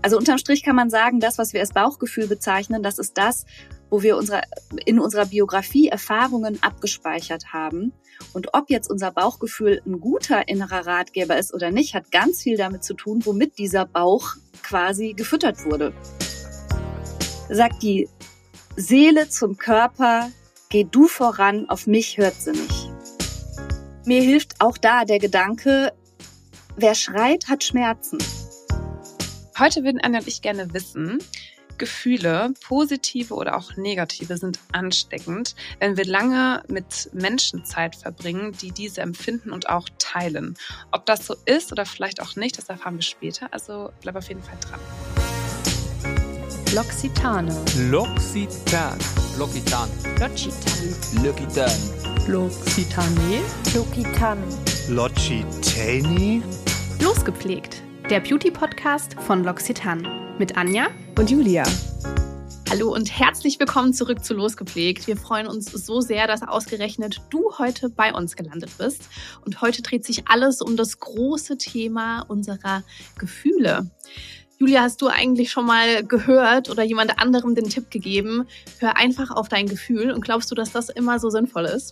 Also unterm Strich kann man sagen, das, was wir als Bauchgefühl bezeichnen, das ist das, wo wir in unserer Biografie Erfahrungen abgespeichert haben. Und ob jetzt unser Bauchgefühl ein guter innerer Ratgeber ist oder nicht, hat ganz viel damit zu tun, womit dieser Bauch quasi gefüttert wurde. Sagt die Seele zum Körper, geh du voran, auf mich hört sie nicht. Mir hilft auch da der Gedanke, wer schreit, hat Schmerzen. Heute würden Anja und ich gerne wissen, Gefühle, positive oder auch negative, sind ansteckend, wenn wir lange mit Menschen Zeit verbringen, die diese empfinden und auch teilen. Ob das so ist oder vielleicht auch nicht, das erfahren wir später. Also bleib auf jeden Fall dran. L'Occitane. L'Occitane. L'Occitane. L'Occitane. L'Occitane. L'Occitane. L'Occitane. L'Occitane. Losgepflegt, der Beauty-Podcast von L'Occitane mit Anja Und Julia. Hallo und herzlich willkommen zurück zu Losgepflegt. Wir freuen uns so sehr, dass ausgerechnet du heute bei uns gelandet bist. Und heute dreht sich alles um das große Thema unserer Gefühle. Julia, hast du eigentlich schon mal gehört oder jemand anderem den Tipp gegeben, hör einfach auf dein Gefühl, und glaubst du, dass das immer so sinnvoll ist?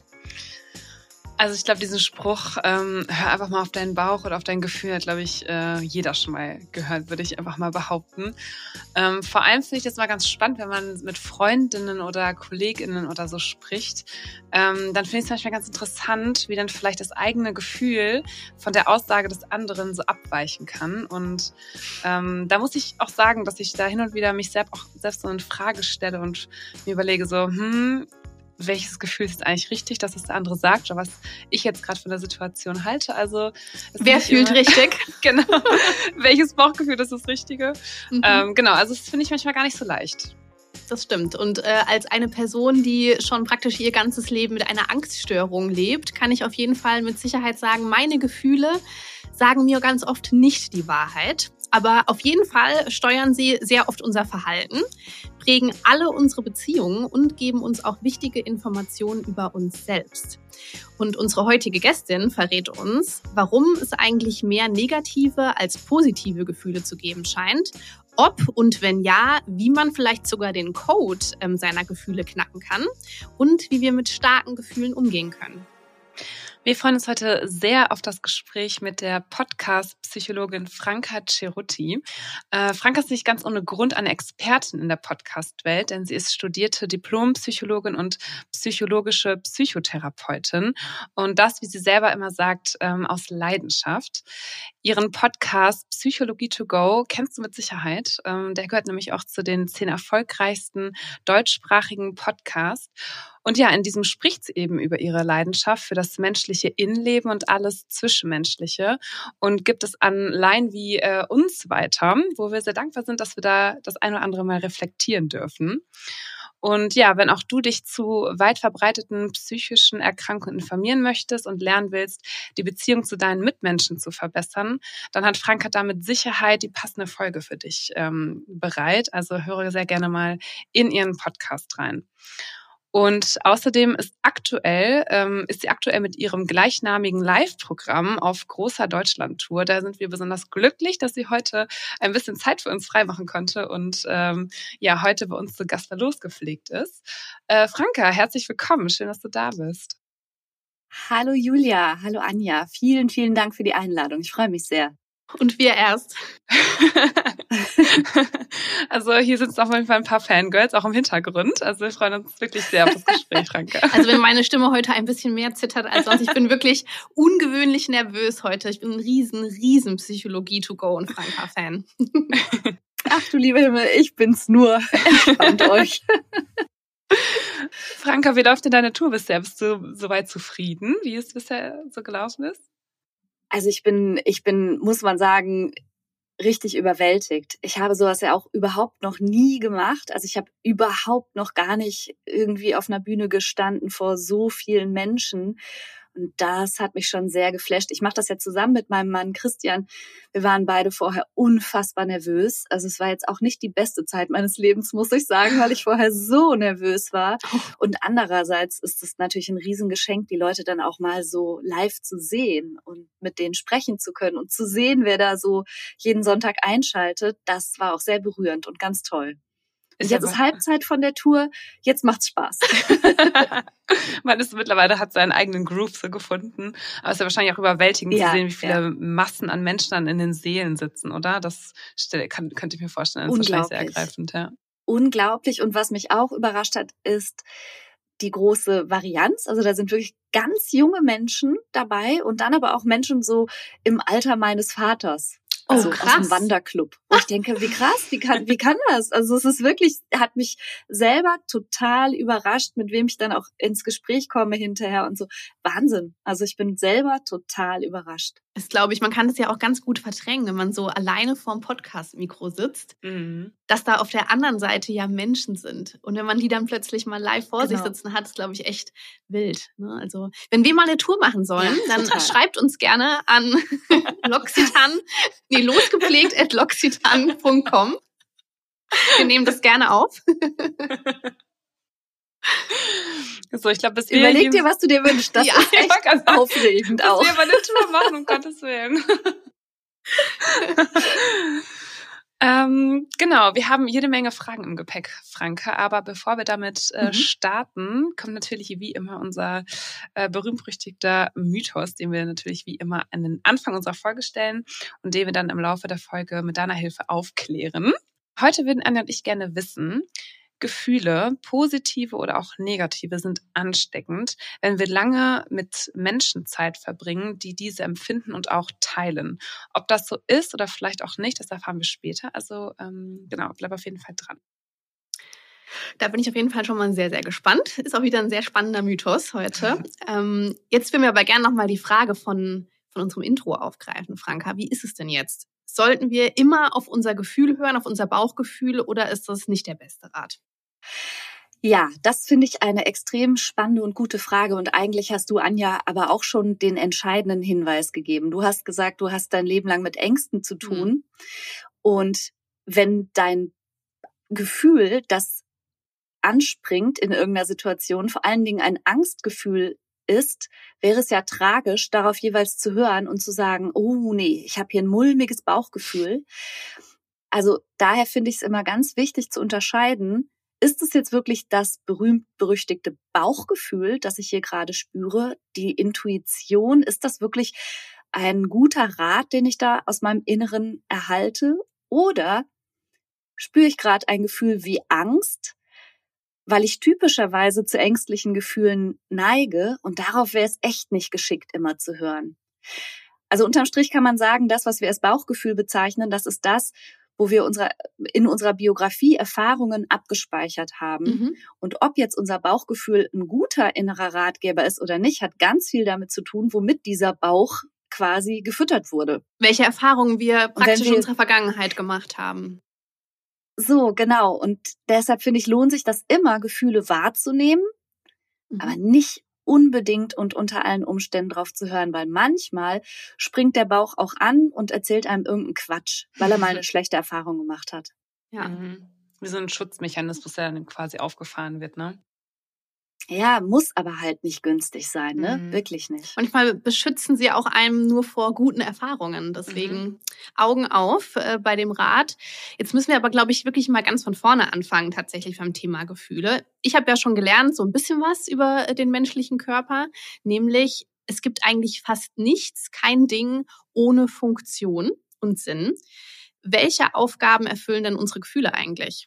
Also ich glaube, diesen Spruch, hör einfach mal auf deinen Bauch oder auf dein Gefühl, hat, glaube ich, jeder schon mal gehört, würde ich einfach mal behaupten. Vor allem finde ich das mal ganz spannend, wenn man mit Freundinnen oder KollegInnen oder so spricht. Dann finde ich es manchmal ganz interessant, wie dann vielleicht das eigene Gefühl von der Aussage des anderen so abweichen kann. Und da muss ich auch sagen, dass ich da hin und wieder mich selbst so in Frage stelle und mir überlege so, welches Gefühl ist eigentlich richtig, dass es der andere sagt, oder was ich jetzt gerade von der Situation halte. Also wer fühlt richtig? Genau. Welches Bauchgefühl ist das Richtige? Genau, also das finde ich manchmal gar nicht so leicht. Das stimmt. Und als eine Person, die schon praktisch ihr ganzes Leben mit einer Angststörung lebt, kann ich auf jeden Fall mit Sicherheit sagen, meine Gefühle sagen mir ganz oft nicht die Wahrheit. Aber auf jeden Fall steuern sie sehr oft unser Verhalten, prägen alle unsere Beziehungen und geben uns auch wichtige Informationen über uns selbst. Und unsere heutige Gästin verrät uns, warum es eigentlich mehr negative als positive Gefühle zu geben scheint, ob und wenn ja, wie man vielleicht sogar den Code seiner Gefühle knacken kann und wie wir mit starken Gefühlen umgehen können. Wir freuen uns heute sehr auf das Gespräch mit der Podcast-Psychologin Franka Cerutti. Franka ist nicht ganz ohne Grund eine Expertin in der Podcast-Welt, denn sie ist studierte Diplompsychologin und psychologische Psychotherapeutin. Und das, wie sie selber immer sagt, aus Leidenschaft. Ihren Podcast Psychologie to go kennst du mit Sicherheit. Der gehört nämlich auch zu den 10 erfolgreichsten deutschsprachigen Podcasts. Und ja, in diesem spricht sie eben über ihre Leidenschaft für das menschliche Innenleben und alles Zwischenmenschliche und gibt es an Laien wie uns weiter, wo wir sehr dankbar sind, dass wir da das ein oder andere mal reflektieren dürfen. Und ja, wenn auch du dich zu weit verbreiteten psychischen Erkrankungen informieren möchtest und lernen willst, die Beziehung zu deinen Mitmenschen zu verbessern, dann hat Franka da mit Sicherheit die passende Folge für dich bereit. Also höre sehr gerne mal in ihren Podcast rein. Und außerdem ist sie aktuell mit ihrem gleichnamigen Live-Programm auf großer Deutschland-Tour. Da sind wir besonders glücklich, dass sie heute ein bisschen Zeit für uns freimachen konnte und heute bei uns zu Gast bei Losgepflegt ist. Franka, herzlich willkommen. Schön, dass du da bist. Hallo Julia, hallo Anja. Vielen, vielen Dank für die Einladung. Ich freue mich sehr. Und wir erst. Also hier sitzen auf jeden Fall ein paar Fangirls, auch im Hintergrund. Also wir freuen uns wirklich sehr auf das Gespräch, Franka. Also wenn meine Stimme heute ein bisschen mehr zittert als sonst, ich bin wirklich ungewöhnlich nervös heute. Ich bin ein riesen Psychologie-to-go und Franka-Fan. Ach du lieber Himmel, ich bin's nur. Entspannt euch. Franka, wie läuft denn deine Tour bisher? Bist du soweit zufrieden, wie es bisher so gelaufen ist? Also ich bin, muss man sagen, richtig überwältigt. Ich habe sowas ja auch überhaupt noch nie gemacht. Also ich habe überhaupt noch gar nicht irgendwie auf einer Bühne gestanden vor so vielen Menschen. Und das hat mich schon sehr geflasht. Ich mache das ja zusammen mit meinem Mann Christian. Wir waren beide vorher unfassbar nervös. Also es war jetzt auch nicht die beste Zeit meines Lebens, muss ich sagen, weil ich vorher so nervös war. Und andererseits ist es natürlich ein Riesengeschenk, die Leute dann auch mal so live zu sehen und mit denen sprechen zu können und zu sehen, wer da so jeden Sonntag einschaltet. Das war auch sehr berührend und ganz toll. Und jetzt ist Halbzeit von der Tour, jetzt macht's Spaß. Man ist mittlerweile, hat seinen eigenen Groove so gefunden. Aber es ist ja wahrscheinlich auch überwältigend zu sehen, wie viele Massen an Menschen dann in den Seelen sitzen, oder? Das könnte ich mir vorstellen. Das ist wahrscheinlich sehr ergreifend, ja. Unglaublich. Und was mich auch überrascht hat, ist die große Varianz. Also da sind wirklich ganz junge Menschen dabei und dann aber auch Menschen so im Alter meines Vaters. Also aus dem Wanderclub. Und ich denke, wie krass, wie kann das? Also es ist wirklich, hat mich selber total überrascht, mit wem ich dann auch ins Gespräch komme hinterher und so. Wahnsinn. Also ich bin selber total überrascht. Das glaube ich, man kann das ja auch ganz gut verdrängen, wenn man so alleine vorm Podcast-Mikro sitzt, dass da auf der anderen Seite ja Menschen sind. Und wenn man die dann plötzlich mal live vor sich sitzen hat, ist, glaube ich, echt wild. Ne? Also wenn wir mal eine Tour machen sollen, dann schreibt uns gerne an losgepflegt@l'occitane.com. Wir nehmen das gerne auf. So, ich glaube, überleg dir, was du dir wünschst. Das ist echt aufregend auch. Dass wir aber eine Tour machen, um Gottes Willen. Genau, wir haben jede Menge Fragen im Gepäck, Franka. Aber bevor wir damit starten, kommt natürlich wie immer unser berühmt-berüchtigter Mythos, den wir natürlich wie immer an den Anfang unserer Folge stellen und den wir dann im Laufe der Folge mit deiner Hilfe aufklären. Heute würden Anja und ich gerne wissen, Gefühle, positive oder auch negative, sind ansteckend, wenn wir lange mit Menschen Zeit verbringen, die diese empfinden und auch teilen. Ob das so ist oder vielleicht auch nicht, das erfahren wir später. Also genau, bleib auf jeden Fall dran. Da bin ich auf jeden Fall schon mal sehr, sehr gespannt. Ist auch wieder ein sehr spannender Mythos heute. Jetzt würden wir aber gerne nochmal die Frage von unserem Intro aufgreifen, Franka. Wie ist es denn jetzt? Sollten wir immer auf unser Gefühl hören, auf unser Bauchgefühl, oder ist das nicht der beste Rat? Ja, das finde ich eine extrem spannende und gute Frage. Und eigentlich hast du, Anja, aber auch schon den entscheidenden Hinweis gegeben. Du hast gesagt, du hast dein Leben lang mit Ängsten zu tun. Und wenn dein Gefühl, das anspringt in irgendeiner Situation, vor allen Dingen ein Angstgefühl ist, wäre es ja tragisch, darauf jeweils zu hören und zu sagen, oh nee, ich habe hier ein mulmiges Bauchgefühl. Also daher finde ich es immer ganz wichtig zu unterscheiden, ist es jetzt wirklich das berühmt-berüchtigte Bauchgefühl, das ich hier gerade spüre, die Intuition, ist das wirklich ein guter Rat, den ich da aus meinem Inneren erhalte? Oder spüre ich gerade ein Gefühl wie Angst, weil ich typischerweise zu ängstlichen Gefühlen neige, und darauf wäre es echt nicht geschickt, immer zu hören. Also unterm Strich kann man sagen, das, was wir als Bauchgefühl bezeichnen, das ist das, wo wir in unserer Biografie Erfahrungen abgespeichert haben. Und ob jetzt unser Bauchgefühl ein guter innerer Ratgeber ist oder nicht, hat ganz viel damit zu tun, womit dieser Bauch quasi gefüttert wurde. Welche Erfahrungen wir praktisch in unserer Vergangenheit gemacht haben. So, genau. Und deshalb finde ich, lohnt sich das immer, Gefühle wahrzunehmen, aber nicht unbedingt und unter allen Umständen drauf zu hören, weil manchmal springt der Bauch auch an und erzählt einem irgendeinen Quatsch, weil er mal eine schlechte Erfahrung gemacht hat. Ja. Wie so ein Schutzmechanismus, der dann quasi aufgefahren wird, ne? Ja, muss aber halt nicht günstig sein, ne? Wirklich nicht. Manchmal beschützen sie auch einem nur vor guten Erfahrungen. Deswegen Augen auf bei dem Rat. Jetzt müssen wir aber, glaube ich, wirklich mal ganz von vorne anfangen, tatsächlich beim Thema Gefühle. Ich habe ja schon gelernt, so ein bisschen was über den menschlichen Körper, nämlich es gibt eigentlich fast nichts, kein Ding ohne Funktion und Sinn. Welche Aufgaben erfüllen denn unsere Gefühle eigentlich?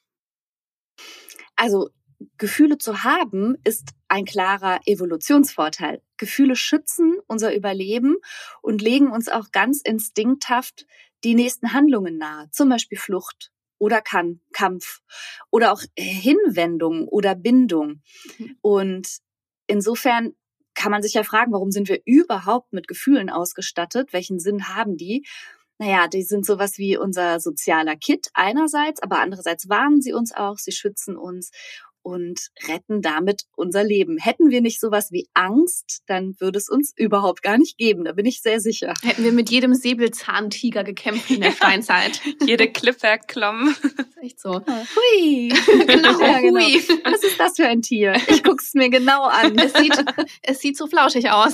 Also Gefühle zu haben, ist ein klarer Evolutionsvorteil. Gefühle schützen unser Überleben und legen uns auch ganz instinkthaft die nächsten Handlungen nahe, zum Beispiel Flucht oder Kampf oder auch Hinwendung oder Bindung. Und insofern kann man sich ja fragen, warum sind wir überhaupt mit Gefühlen ausgestattet? Welchen Sinn haben die? Naja, die sind sowas wie unser sozialer Kit einerseits, aber andererseits warnen sie uns auch, sie schützen uns. und retten damit unser Leben. Hätten wir nicht sowas wie Angst, dann würde es uns überhaupt gar nicht geben. Da bin ich sehr sicher. Hätten wir mit jedem Säbelzahntiger gekämpft in der Steinzeit. Jede Klippe erklommen. Das ist echt so. Hui. Genau, Ja, genau. hui. Was ist das für ein Tier? Ich guck's mir genau an. Es sieht so flauschig aus.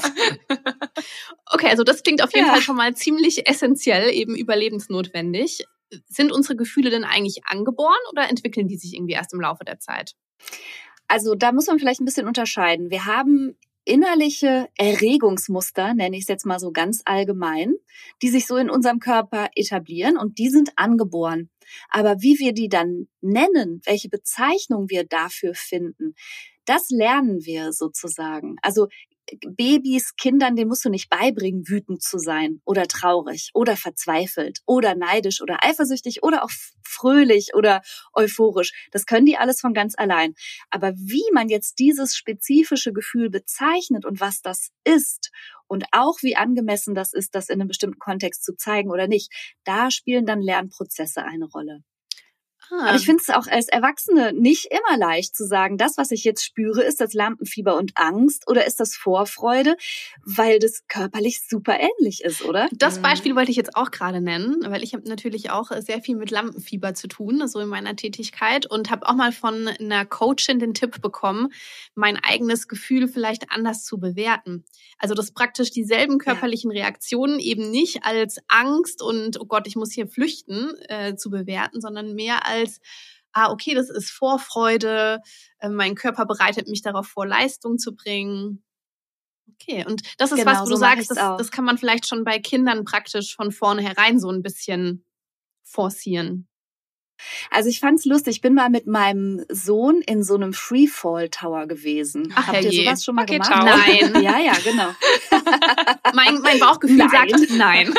Okay, also das klingt auf jeden Ja. Fall schon mal ziemlich essentiell, eben überlebensnotwendig. Sind unsere Gefühle denn eigentlich angeboren oder entwickeln die sich irgendwie erst im Laufe der Zeit? Also da muss man vielleicht ein bisschen unterscheiden. Wir haben innerliche Erregungsmuster, nenne ich es jetzt mal so ganz allgemein, die sich so in unserem Körper etablieren und die sind angeboren. Aber wie wir die dann nennen, welche Bezeichnung wir dafür finden, das lernen wir sozusagen. Also Babys, Kindern, denen musst du nicht beibringen, wütend zu sein oder traurig oder verzweifelt oder neidisch oder eifersüchtig oder auch fröhlich oder euphorisch. Das können die alles von ganz allein. Aber wie man jetzt dieses spezifische Gefühl bezeichnet und was das ist und auch wie angemessen das ist, das in einem bestimmten Kontext zu zeigen oder nicht, da spielen dann Lernprozesse eine Rolle. Aber ich finde es auch als Erwachsene nicht immer leicht zu sagen, das, was ich jetzt spüre, ist das Lampenfieber und Angst oder ist das Vorfreude, weil das körperlich super ähnlich ist, oder? Das Beispiel wollte ich jetzt auch gerade nennen, weil ich habe natürlich auch sehr viel mit Lampenfieber zu tun, so in meiner Tätigkeit und habe auch mal von einer Coachin den Tipp bekommen, mein eigenes Gefühl vielleicht anders zu bewerten. Also das praktisch dieselben körperlichen Reaktionen eben nicht als Angst und oh Gott, ich muss hier flüchten zu bewerten, sondern mehr als okay, das ist Vorfreude, mein Körper bereitet mich darauf vor, Leistung zu bringen. Okay, und das ist Genau, was, wo du so mach sagst, ich's auch. das kann man vielleicht schon bei Kindern praktisch von vornherein so ein bisschen forcieren. Also ich fand's lustig, ich bin mal mit meinem Sohn in so einem Freefall Tower gewesen. Ach, Habt ihr herrje. sowas schon mal Okay, gemacht? ciao. Nein. Ja, ja, genau. Mein Bauchgefühl Nein. sagt nein.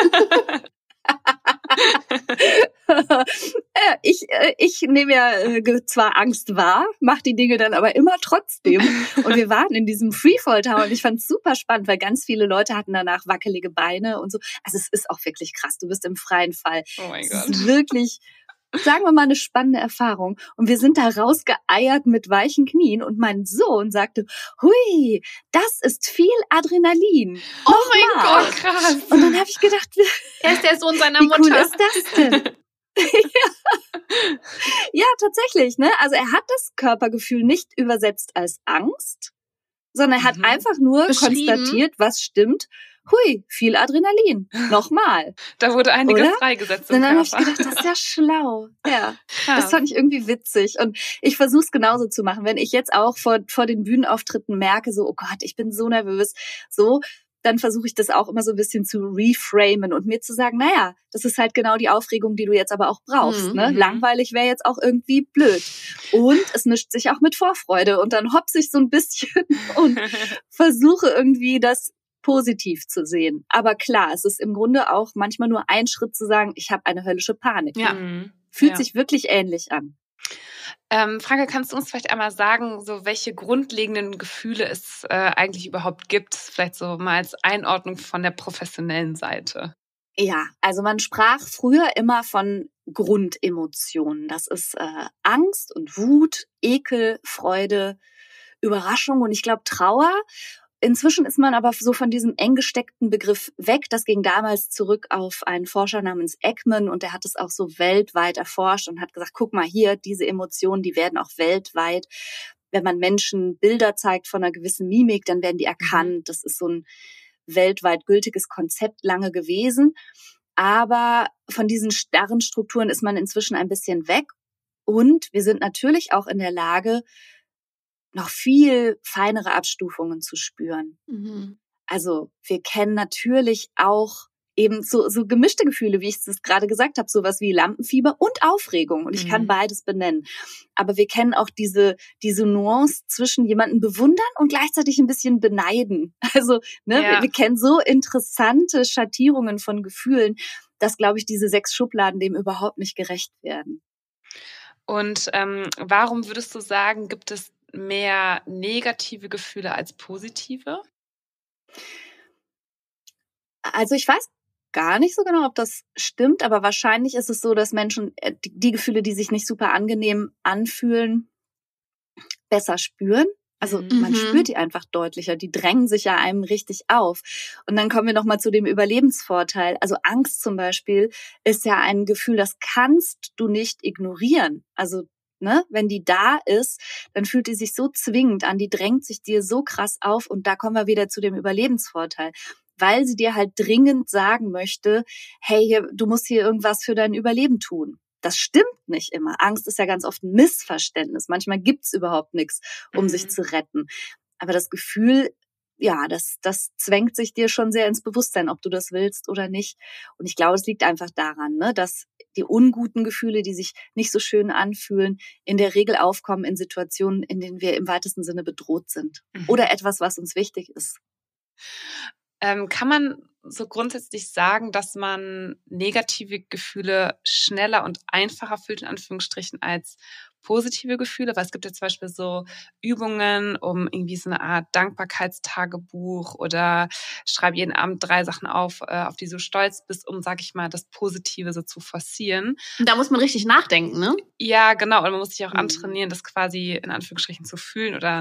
Ich nehme ja zwar Angst wahr, mache die Dinge dann aber immer trotzdem. Und wir waren in diesem Freefall Tower und ich fand es super spannend, weil ganz viele Leute hatten danach wackelige Beine und so. Also es ist auch wirklich krass, du bist im freien Fall. Oh mein Es Gott. ist wirklich, sagen wir mal, eine spannende Erfahrung. Und wir sind da rausgeeiert mit weichen Knien und mein Sohn sagte, hui, das ist viel Adrenalin. Oh mein Nochmal. Gott. Krass. Und dann habe ich gedacht, Er ist der Sohn seiner wie Mutter. cool ist das denn? Ja, tatsächlich, ne? Also er hat das Körpergefühl nicht übersetzt als Angst, sondern er hat einfach nur Beschrieben. konstatiert, was stimmt. Hui, viel Adrenalin. Nochmal. Da wurde einiges Oder? freigesetzt im Und dann habe ich Körper. gedacht, das ist ja schlau. Ja, Krass. das fand ich irgendwie witzig. Und ich versuche es genauso zu machen. Wenn ich jetzt auch vor den Bühnenauftritten merke, so, oh Gott, ich bin so nervös, so, dann versuche ich das auch immer so ein bisschen zu reframen und mir zu sagen, naja, das ist halt genau die Aufregung, die du jetzt aber auch brauchst. Ne? Langweilig wäre jetzt auch irgendwie blöd. Und es mischt sich auch mit Vorfreude. Und dann hopse ich so ein bisschen und versuche irgendwie das positiv zu sehen. Aber klar, es ist im Grunde auch manchmal nur ein Schritt zu sagen, ich habe eine höllische Panik. Ja. Fühlt Ja. sich wirklich ähnlich an. Franke, kannst du uns vielleicht einmal sagen, so welche grundlegenden Gefühle es eigentlich überhaupt gibt? Vielleicht so mal als Einordnung von der professionellen Seite. Ja, also man sprach früher immer von Grundemotionen. Das ist Angst und Wut, Ekel, Freude, Überraschung und ich glaube Trauer. Inzwischen ist man aber so von diesem eng gesteckten Begriff weg. Das ging damals zurück auf einen Forscher namens Ekman und der hat es auch so weltweit erforscht und hat gesagt, guck mal hier, diese Emotionen, die werden auch weltweit, wenn man Menschen Bilder zeigt von einer gewissen Mimik, dann werden die erkannt. Das ist so ein weltweit gültiges Konzept lange gewesen. Aber von diesen starren Strukturen ist man inzwischen ein bisschen weg. Und wir sind natürlich auch in der Lage, noch viel feinere Abstufungen zu spüren. Mhm. Also wir kennen natürlich auch eben so gemischte Gefühle, wie ich es gerade gesagt habe, sowas wie Lampenfieber und Aufregung. Und ich kann beides benennen. Aber wir kennen auch diese Nuance zwischen jemanden bewundern und gleichzeitig ein bisschen beneiden. Also wir kennen so interessante Schattierungen von Gefühlen, dass, glaube ich, diese 6 Schubladen dem überhaupt nicht gerecht werden. Und warum würdest du sagen, gibt es mehr negative Gefühle als positive? Also ich weiß gar nicht so genau, ob das stimmt, aber wahrscheinlich ist es so, dass Menschen die Gefühle, die sich nicht super angenehm anfühlen, besser spüren. Also man spürt die einfach deutlicher, die drängen sich ja einem richtig auf. Und dann kommen wir nochmal zu dem Überlebensvorteil. Also Angst zum Beispiel ist ja ein Gefühl, das kannst du nicht ignorieren. Also wenn die da ist, dann fühlt die sich so zwingend an, die drängt sich dir so krass auf und da kommen wir wieder zu dem Überlebensvorteil. Weil sie dir halt dringend sagen möchte, hey, du musst hier irgendwas für dein Überleben tun. Das stimmt nicht immer. Angst ist ja ganz oft ein Missverständnis. Manchmal gibt's überhaupt nichts, um sich zu retten. Aber das Gefühl, ja, das zwängt sich dir schon sehr ins Bewusstsein, ob du das willst oder nicht. Und ich glaube, es liegt einfach daran, dass die unguten Gefühle, die sich nicht so schön anfühlen, in der Regel aufkommen in Situationen, in denen wir im weitesten Sinne bedroht sind. Oder etwas, was uns wichtig ist. Kann man so grundsätzlich sagen, dass man negative Gefühle schneller und einfacher fühlt, in Anführungsstrichen, als positive Gefühle? Weil es gibt ja zum Beispiel so Übungen, um irgendwie so eine Art Dankbarkeitstagebuch oder schreib jeden Abend 3 Sachen auf die du stolz bist, um, sag ich mal, das Positive so zu forcieren. Und da muss man richtig nachdenken, ne? Ja, genau. Und man muss sich auch antrainieren, das quasi in Anführungsstrichen zu fühlen oder,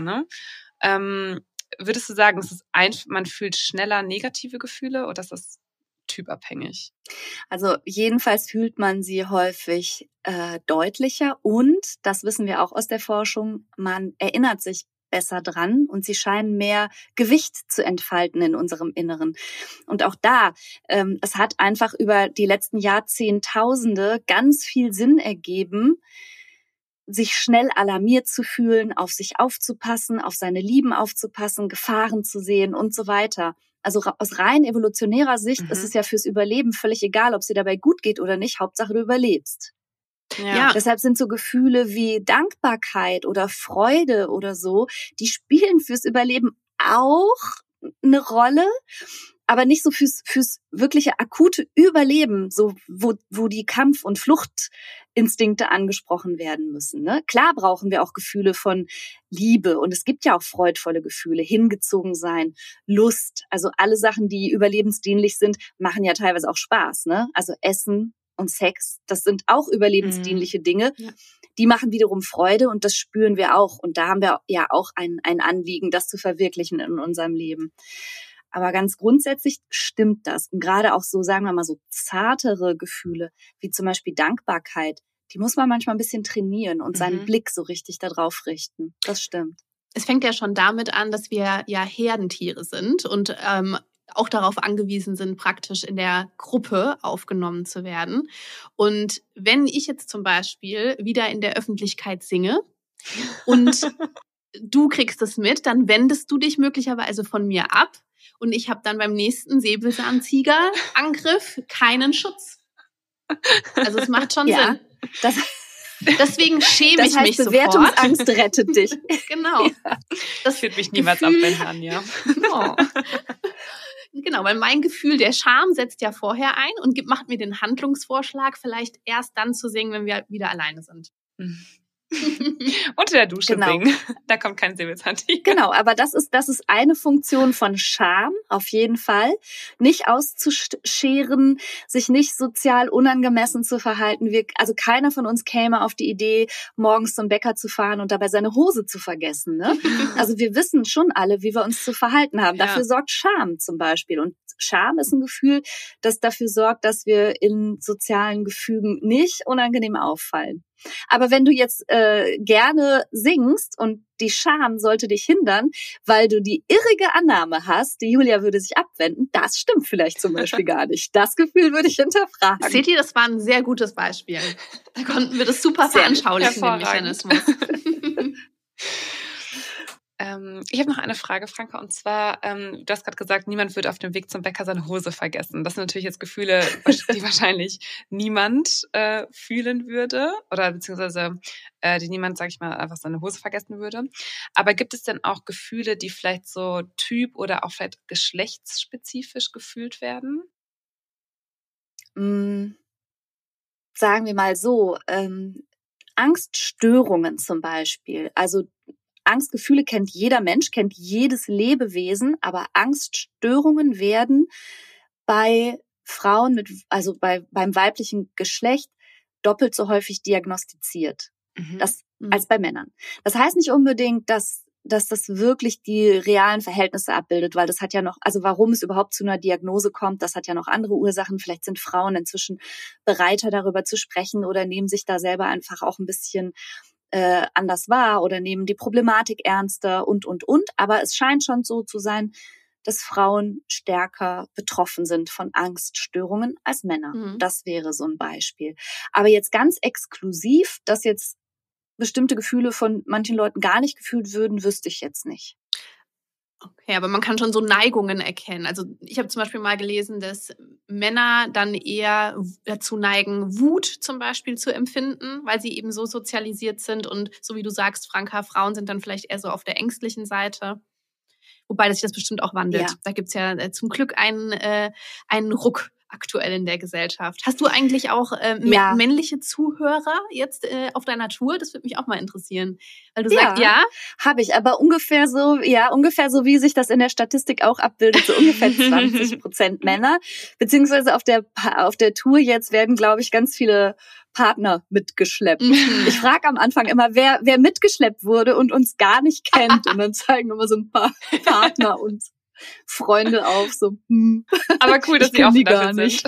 würdest du sagen, man fühlt schneller negative Gefühle oder ist das typabhängig? Also jedenfalls fühlt man sie häufig deutlicher und, das wissen wir auch aus der Forschung, man erinnert sich besser dran und sie scheinen mehr Gewicht zu entfalten in unserem Inneren. Und auch da, es hat einfach über die letzten Jahrzehntausende ganz viel Sinn ergeben, sich schnell alarmiert zu fühlen, auf sich aufzupassen, auf seine Lieben aufzupassen, Gefahren zu sehen und so weiter. Also aus rein evolutionärer Sicht ist es ja fürs Überleben völlig egal, ob es dir dabei gut geht oder nicht. Hauptsache, du überlebst. Ja. Deshalb sind so Gefühle wie Dankbarkeit oder Freude oder so, die spielen fürs Überleben auch eine Rolle, aber nicht so fürs wirkliche akute Überleben, so wo die Kampf- und Fluchtinstinkte angesprochen werden müssen. Ne? Klar brauchen wir auch Gefühle von Liebe und es gibt ja auch freudvolle Gefühle, hingezogen sein, Lust, also alle Sachen, die überlebensdienlich sind, machen ja teilweise auch Spaß. Ne? Also Essen und Sex, das sind auch überlebensdienliche Dinge. Ja. Die machen wiederum Freude und das spüren wir auch. Und da haben wir ja auch ein Anliegen, das zu verwirklichen in unserem Leben. Aber ganz grundsätzlich stimmt das. Und gerade auch so, sagen wir mal, so zartere Gefühle, wie zum Beispiel Dankbarkeit, die muss man manchmal ein bisschen trainieren und seinen Blick so richtig da drauf richten. Das stimmt. Es fängt ja schon damit an, dass wir ja Herdentiere sind und auch darauf angewiesen sind, praktisch in der Gruppe aufgenommen zu werden. Und wenn ich jetzt zum Beispiel wieder in der Öffentlichkeit singe und du kriegst es mit, dann wendest du dich möglicherweise von mir ab und ich habe dann beim nächsten Säbelzahntiger-Angriff keinen Schutz. Also es macht schon Sinn. Deswegen schäme ich mich sofort. Bewertungsangst rettet dich. Genau. Ja. Das führt mich niemals abwenden an, ja. Oh. Genau, weil mein Gefühl der Scham setzt ja vorher ein und macht mir den Handlungsvorschlag, vielleicht erst dann zu singen, wenn wir wieder alleine sind. Unter der Dusche singen. Da kommt kein Säbelzahntiger. Genau, aber das ist eine Funktion von Scham, auf jeden Fall. Nicht auszuscheren, sich nicht sozial unangemessen zu verhalten. Also keiner von uns käme auf die Idee, morgens zum Bäcker zu fahren und dabei seine Hose zu vergessen. Ne? Also wir wissen schon alle, wie wir uns zu verhalten haben. Dafür sorgt Scham zum Beispiel. Und Scham ist ein Gefühl, das dafür sorgt, dass wir in sozialen Gefügen nicht unangenehm auffallen. Aber wenn du jetzt gerne singst und die Scham sollte dich hindern, weil du die irrige Annahme hast, die Julia würde sich abwenden, das stimmt vielleicht zum Beispiel gar nicht. Das Gefühl würde ich hinterfragen. Seht ihr, das war ein sehr gutes Beispiel. Da konnten wir das super veranschaulichen, den Mechanismus. Ich habe noch eine Frage, Franka, und zwar, du hast gerade gesagt, niemand würde auf dem Weg zum Bäcker seine Hose vergessen. Das sind natürlich jetzt Gefühle, die wahrscheinlich niemand fühlen würde oder beziehungsweise die niemand, sag ich mal, einfach seine Hose vergessen würde. Aber gibt es denn auch Gefühle, die vielleicht so typ- oder auch vielleicht geschlechtsspezifisch gefühlt werden? Sagen wir mal so, Angststörungen zum Beispiel, also Angstgefühle kennt jeder Mensch, kennt jedes Lebewesen, aber Angststörungen werden bei Frauen beim weiblichen Geschlecht doppelt so häufig diagnostiziert. als bei Männern. Das heißt nicht unbedingt, dass das wirklich die realen Verhältnisse abbildet, weil das hat ja noch, also warum es überhaupt zu einer Diagnose kommt, das hat ja noch andere Ursachen. Vielleicht sind Frauen inzwischen bereiter, darüber zu sprechen oder nehmen sich da selber einfach auch ein bisschen anders wahr oder nehmen die Problematik ernster und. Aber es scheint schon so zu sein, dass Frauen stärker betroffen sind von Angststörungen als Männer. Das wäre so ein Beispiel. Aber jetzt ganz exklusiv, dass jetzt bestimmte Gefühle von manchen Leuten gar nicht gefühlt würden, wüsste ich jetzt nicht. Okay, aber man kann schon so Neigungen erkennen. Also ich habe zum Beispiel mal gelesen, dass Männer dann eher dazu neigen, Wut zum Beispiel zu empfinden, weil sie eben so sozialisiert sind. Und so wie du sagst, Franka, Frauen sind dann vielleicht eher so auf der ängstlichen Seite. Wobei sich das bestimmt auch wandelt. Ja. Da gibt's ja zum Glück einen Ruck aktuell in der Gesellschaft. Hast du eigentlich auch männliche Zuhörer jetzt auf deiner Tour? Das würde mich auch mal interessieren. Weil du sagst, ja? Habe ich, aber ungefähr so, wie sich das in der Statistik auch abbildet, so ungefähr 20% Männer. Beziehungsweise auf der Tour jetzt werden, glaube ich, ganz viele Partner mitgeschleppt. Ich frage am Anfang immer, wer mitgeschleppt wurde und uns gar nicht kennt. Und dann zeigen immer so ein paar Partner uns Freunde auf, so. Aber cool, dass die offen dafür sind.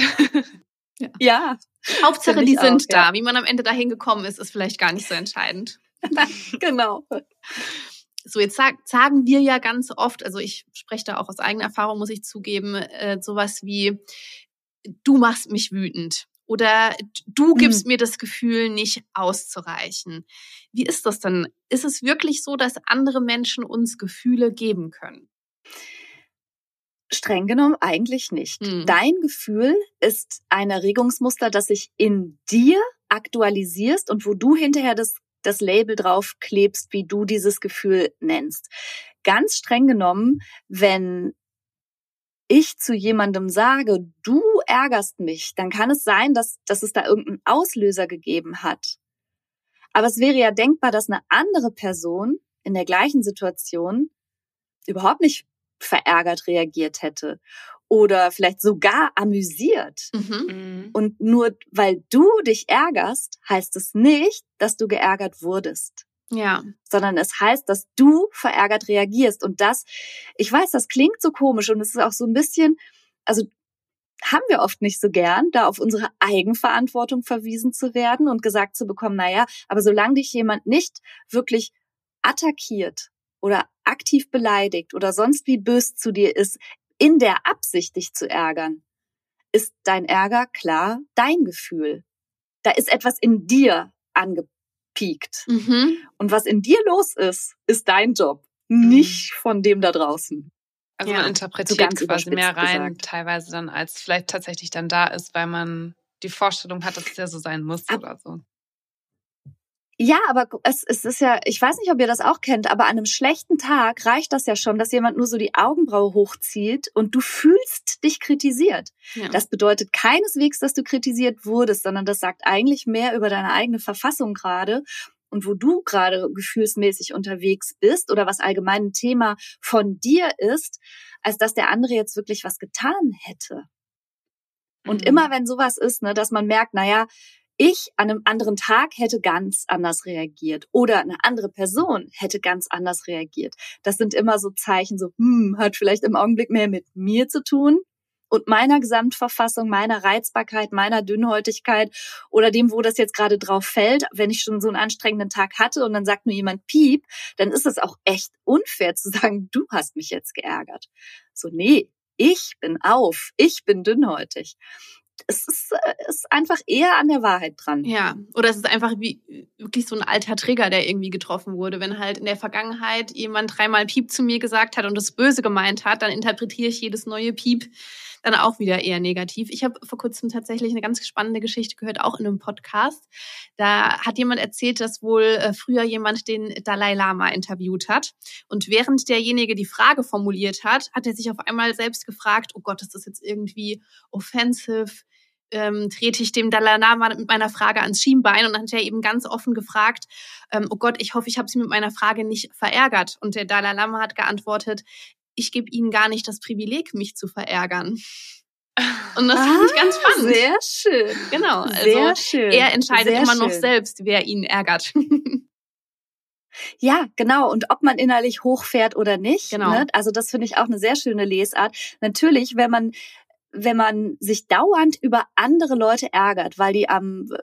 Ja. Hauptsache, die sind da. Wie man am Ende dahin gekommen ist vielleicht gar nicht so entscheidend. Genau. So, jetzt sagen wir ja ganz oft, also ich spreche da auch aus eigener Erfahrung, muss ich zugeben, sowas wie, du machst mich wütend. Oder du gibst mir das Gefühl, nicht auszureichen. Wie ist das denn? Ist es wirklich so, dass andere Menschen uns Gefühle geben können? Streng genommen eigentlich nicht. Dein Gefühl ist ein Erregungsmuster, das sich in dir aktualisierst und wo du hinterher das Label drauf klebst, wie du dieses Gefühl nennst. Ganz streng genommen, wenn ich zu jemandem sage, du ärgerst mich, dann kann es sein, dass es da irgendeinen Auslöser gegeben hat. Aber es wäre ja denkbar, dass eine andere Person in der gleichen Situation überhaupt nicht verärgert reagiert hätte oder vielleicht sogar amüsiert. Und nur weil du dich ärgerst, heißt es nicht, dass du geärgert wurdest. Ja. Sondern es heißt, dass du verärgert reagierst. Und ich weiß, das klingt so komisch und es ist auch so ein bisschen, also haben wir oft nicht so gern, da auf unsere Eigenverantwortung verwiesen zu werden und gesagt zu bekommen, naja, aber solange dich jemand nicht wirklich attackiert oder aktiv beleidigt oder sonst wie böse zu dir ist, in der Absicht, dich zu ärgern, ist dein Ärger klar dein Gefühl. Da ist etwas in dir angepiekt. Und was in dir los ist dein Job, nicht von dem da draußen. Also man interpretiert so quasi mehr rein, gesagt. Teilweise dann, als vielleicht tatsächlich dann da ist, weil man die Vorstellung hat, dass es ja so sein muss oder so. Ja, aber es ist ja, ich weiß nicht, ob ihr das auch kennt, aber an einem schlechten Tag reicht das ja schon, dass jemand nur so die Augenbraue hochzieht und du fühlst dich kritisiert. Ja. Das bedeutet keineswegs, dass du kritisiert wurdest, sondern das sagt eigentlich mehr über deine eigene Verfassung gerade und wo du gerade gefühlsmäßig unterwegs bist oder was allgemein ein Thema von dir ist, als dass der andere jetzt wirklich was getan hätte. Und immer wenn sowas ist, ne, dass man merkt, naja, ich an einem anderen Tag hätte ganz anders reagiert oder eine andere Person hätte ganz anders reagiert. Das sind immer so Zeichen, so hat vielleicht im Augenblick mehr mit mir zu tun und meiner Gesamtverfassung, meiner Reizbarkeit, meiner Dünnhäutigkeit oder dem, wo das jetzt gerade drauf fällt. Wenn ich schon so einen anstrengenden Tag hatte und dann sagt nur jemand Piep, dann ist es auch echt unfair zu sagen, du hast mich jetzt geärgert. So, nee, ich bin dünnhäutig. Es ist einfach eher an der Wahrheit dran. Ja, oder es ist einfach wie wirklich so ein alter Trigger, der irgendwie getroffen wurde. Wenn halt in der Vergangenheit jemand 3-mal Piep zu mir gesagt hat und das böse gemeint hat, dann interpretiere ich jedes neue Piep dann auch wieder eher negativ. Ich habe vor kurzem tatsächlich eine ganz spannende Geschichte gehört, auch in einem Podcast. Da hat jemand erzählt, dass wohl früher jemand den Dalai Lama interviewt hat. Und während derjenige die Frage formuliert hat, hat er sich auf einmal selbst gefragt, oh Gott, ist das jetzt irgendwie offensive? Trete ich dem Dalai Lama mit meiner Frage ans Schienbein? Und dann hat er eben ganz offen gefragt, oh Gott, ich hoffe, ich habe Sie mit meiner Frage nicht verärgert. Und der Dalai Lama hat geantwortet, ich gebe Ihnen gar nicht das Privileg, mich zu verärgern. Und das finde ich ganz spannend. Sehr schön. Genau, also sehr schön. er entscheidet sehr immer noch schön. selbst, wer ihn ärgert. Ja, genau. Und ob man innerlich hochfährt oder nicht. Genau. Ne? Also das finde ich auch eine sehr schöne Lesart. Natürlich, wenn man sich dauernd über andere Leute ärgert, weil die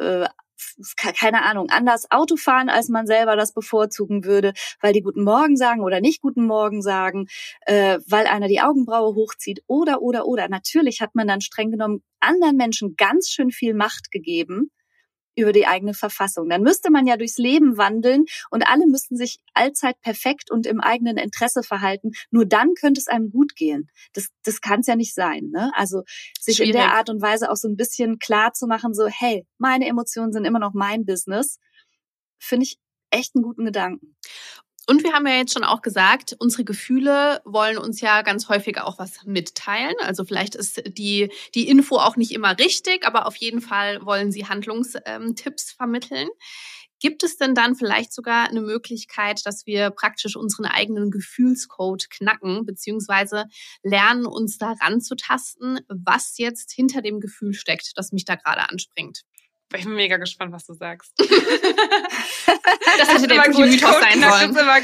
keine Ahnung, anders Auto fahren, als man selber das bevorzugen würde, weil die Guten Morgen sagen oder nicht Guten Morgen sagen, weil einer die Augenbraue hochzieht oder. Natürlich hat man dann streng genommen anderen Menschen ganz schön viel Macht gegeben über die eigene Verfassung. Dann müsste man ja durchs Leben wandeln und alle müssten sich allzeit perfekt und im eigenen Interesse verhalten. Nur dann könnte es einem gut gehen. Das kann es ja nicht sein. Ne? Also sich Schwierig. in der Art und Weise auch so ein bisschen klar zu machen, so hey, meine Emotionen sind immer noch mein Business, finde ich echt einen guten Gedanken. Und wir haben ja jetzt schon auch gesagt, unsere Gefühle wollen uns ja ganz häufig auch was mitteilen. Also vielleicht ist die Info auch nicht immer richtig, aber auf jeden Fall wollen sie Handlungstipps vermitteln. Gibt es denn dann vielleicht sogar eine Möglichkeit, dass wir praktisch unseren eigenen Gefühlscode knacken, beziehungsweise lernen, uns da ranzutasten, was jetzt hinter dem Gefühl steckt, das mich da gerade anspringt? Ich bin mega gespannt, was du sagst. Das hätte der Mythos sein sollen. Das ist immer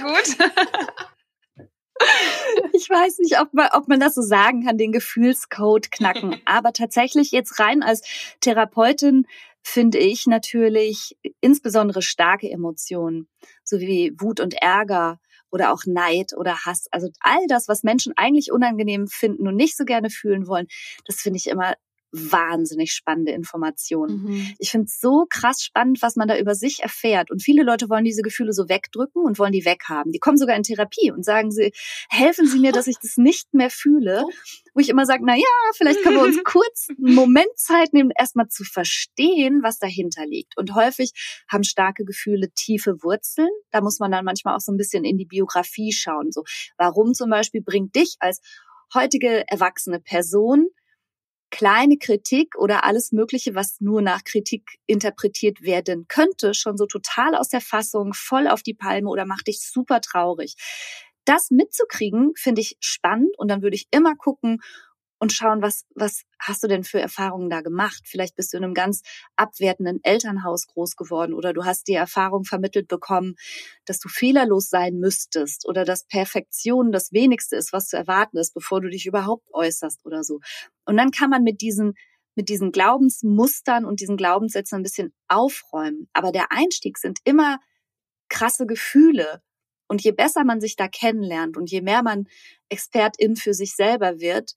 gut. Ich weiß nicht, ob man das so sagen kann, den Gefühlscode knacken. Aber tatsächlich jetzt rein als Therapeutin finde ich natürlich insbesondere starke Emotionen, so wie Wut und Ärger oder auch Neid oder Hass. Also all das, was Menschen eigentlich unangenehm finden und nicht so gerne fühlen wollen, das finde ich immer wahnsinnig spannende Informationen. Mhm. Ich finde es so krass spannend, was man da über sich erfährt. Und viele Leute wollen diese Gefühle so wegdrücken und wollen die weghaben. Die kommen sogar in Therapie und sagen helfen Sie mir, dass ich das nicht mehr fühle. Wo ich immer sage, na ja, vielleicht können wir uns kurz einen Moment Zeit nehmen, erstmal zu verstehen, was dahinter liegt. Und häufig haben starke Gefühle tiefe Wurzeln. Da muss man dann manchmal auch so ein bisschen in die Biografie schauen. So, warum zum Beispiel bringt dich als heutige erwachsene Person kleine Kritik oder alles Mögliche, was nur nach Kritik interpretiert werden könnte, schon so total aus der Fassung, voll auf die Palme oder macht dich super traurig. Das mitzukriegen, finde ich spannend und dann würde ich immer gucken und schauen, was hast du denn für Erfahrungen da gemacht? Vielleicht bist du in einem ganz abwertenden Elternhaus groß geworden oder du hast die Erfahrung vermittelt bekommen, dass du fehlerlos sein müsstest oder dass Perfektion das Wenigste ist, was zu erwarten ist, bevor du dich überhaupt äußerst oder so. Und dann kann man mit diesen Glaubensmustern und diesen Glaubenssätzen ein bisschen aufräumen. Aber der Einstieg sind immer krasse Gefühle. Und je besser man sich da kennenlernt und je mehr man Expertin für sich selber wird,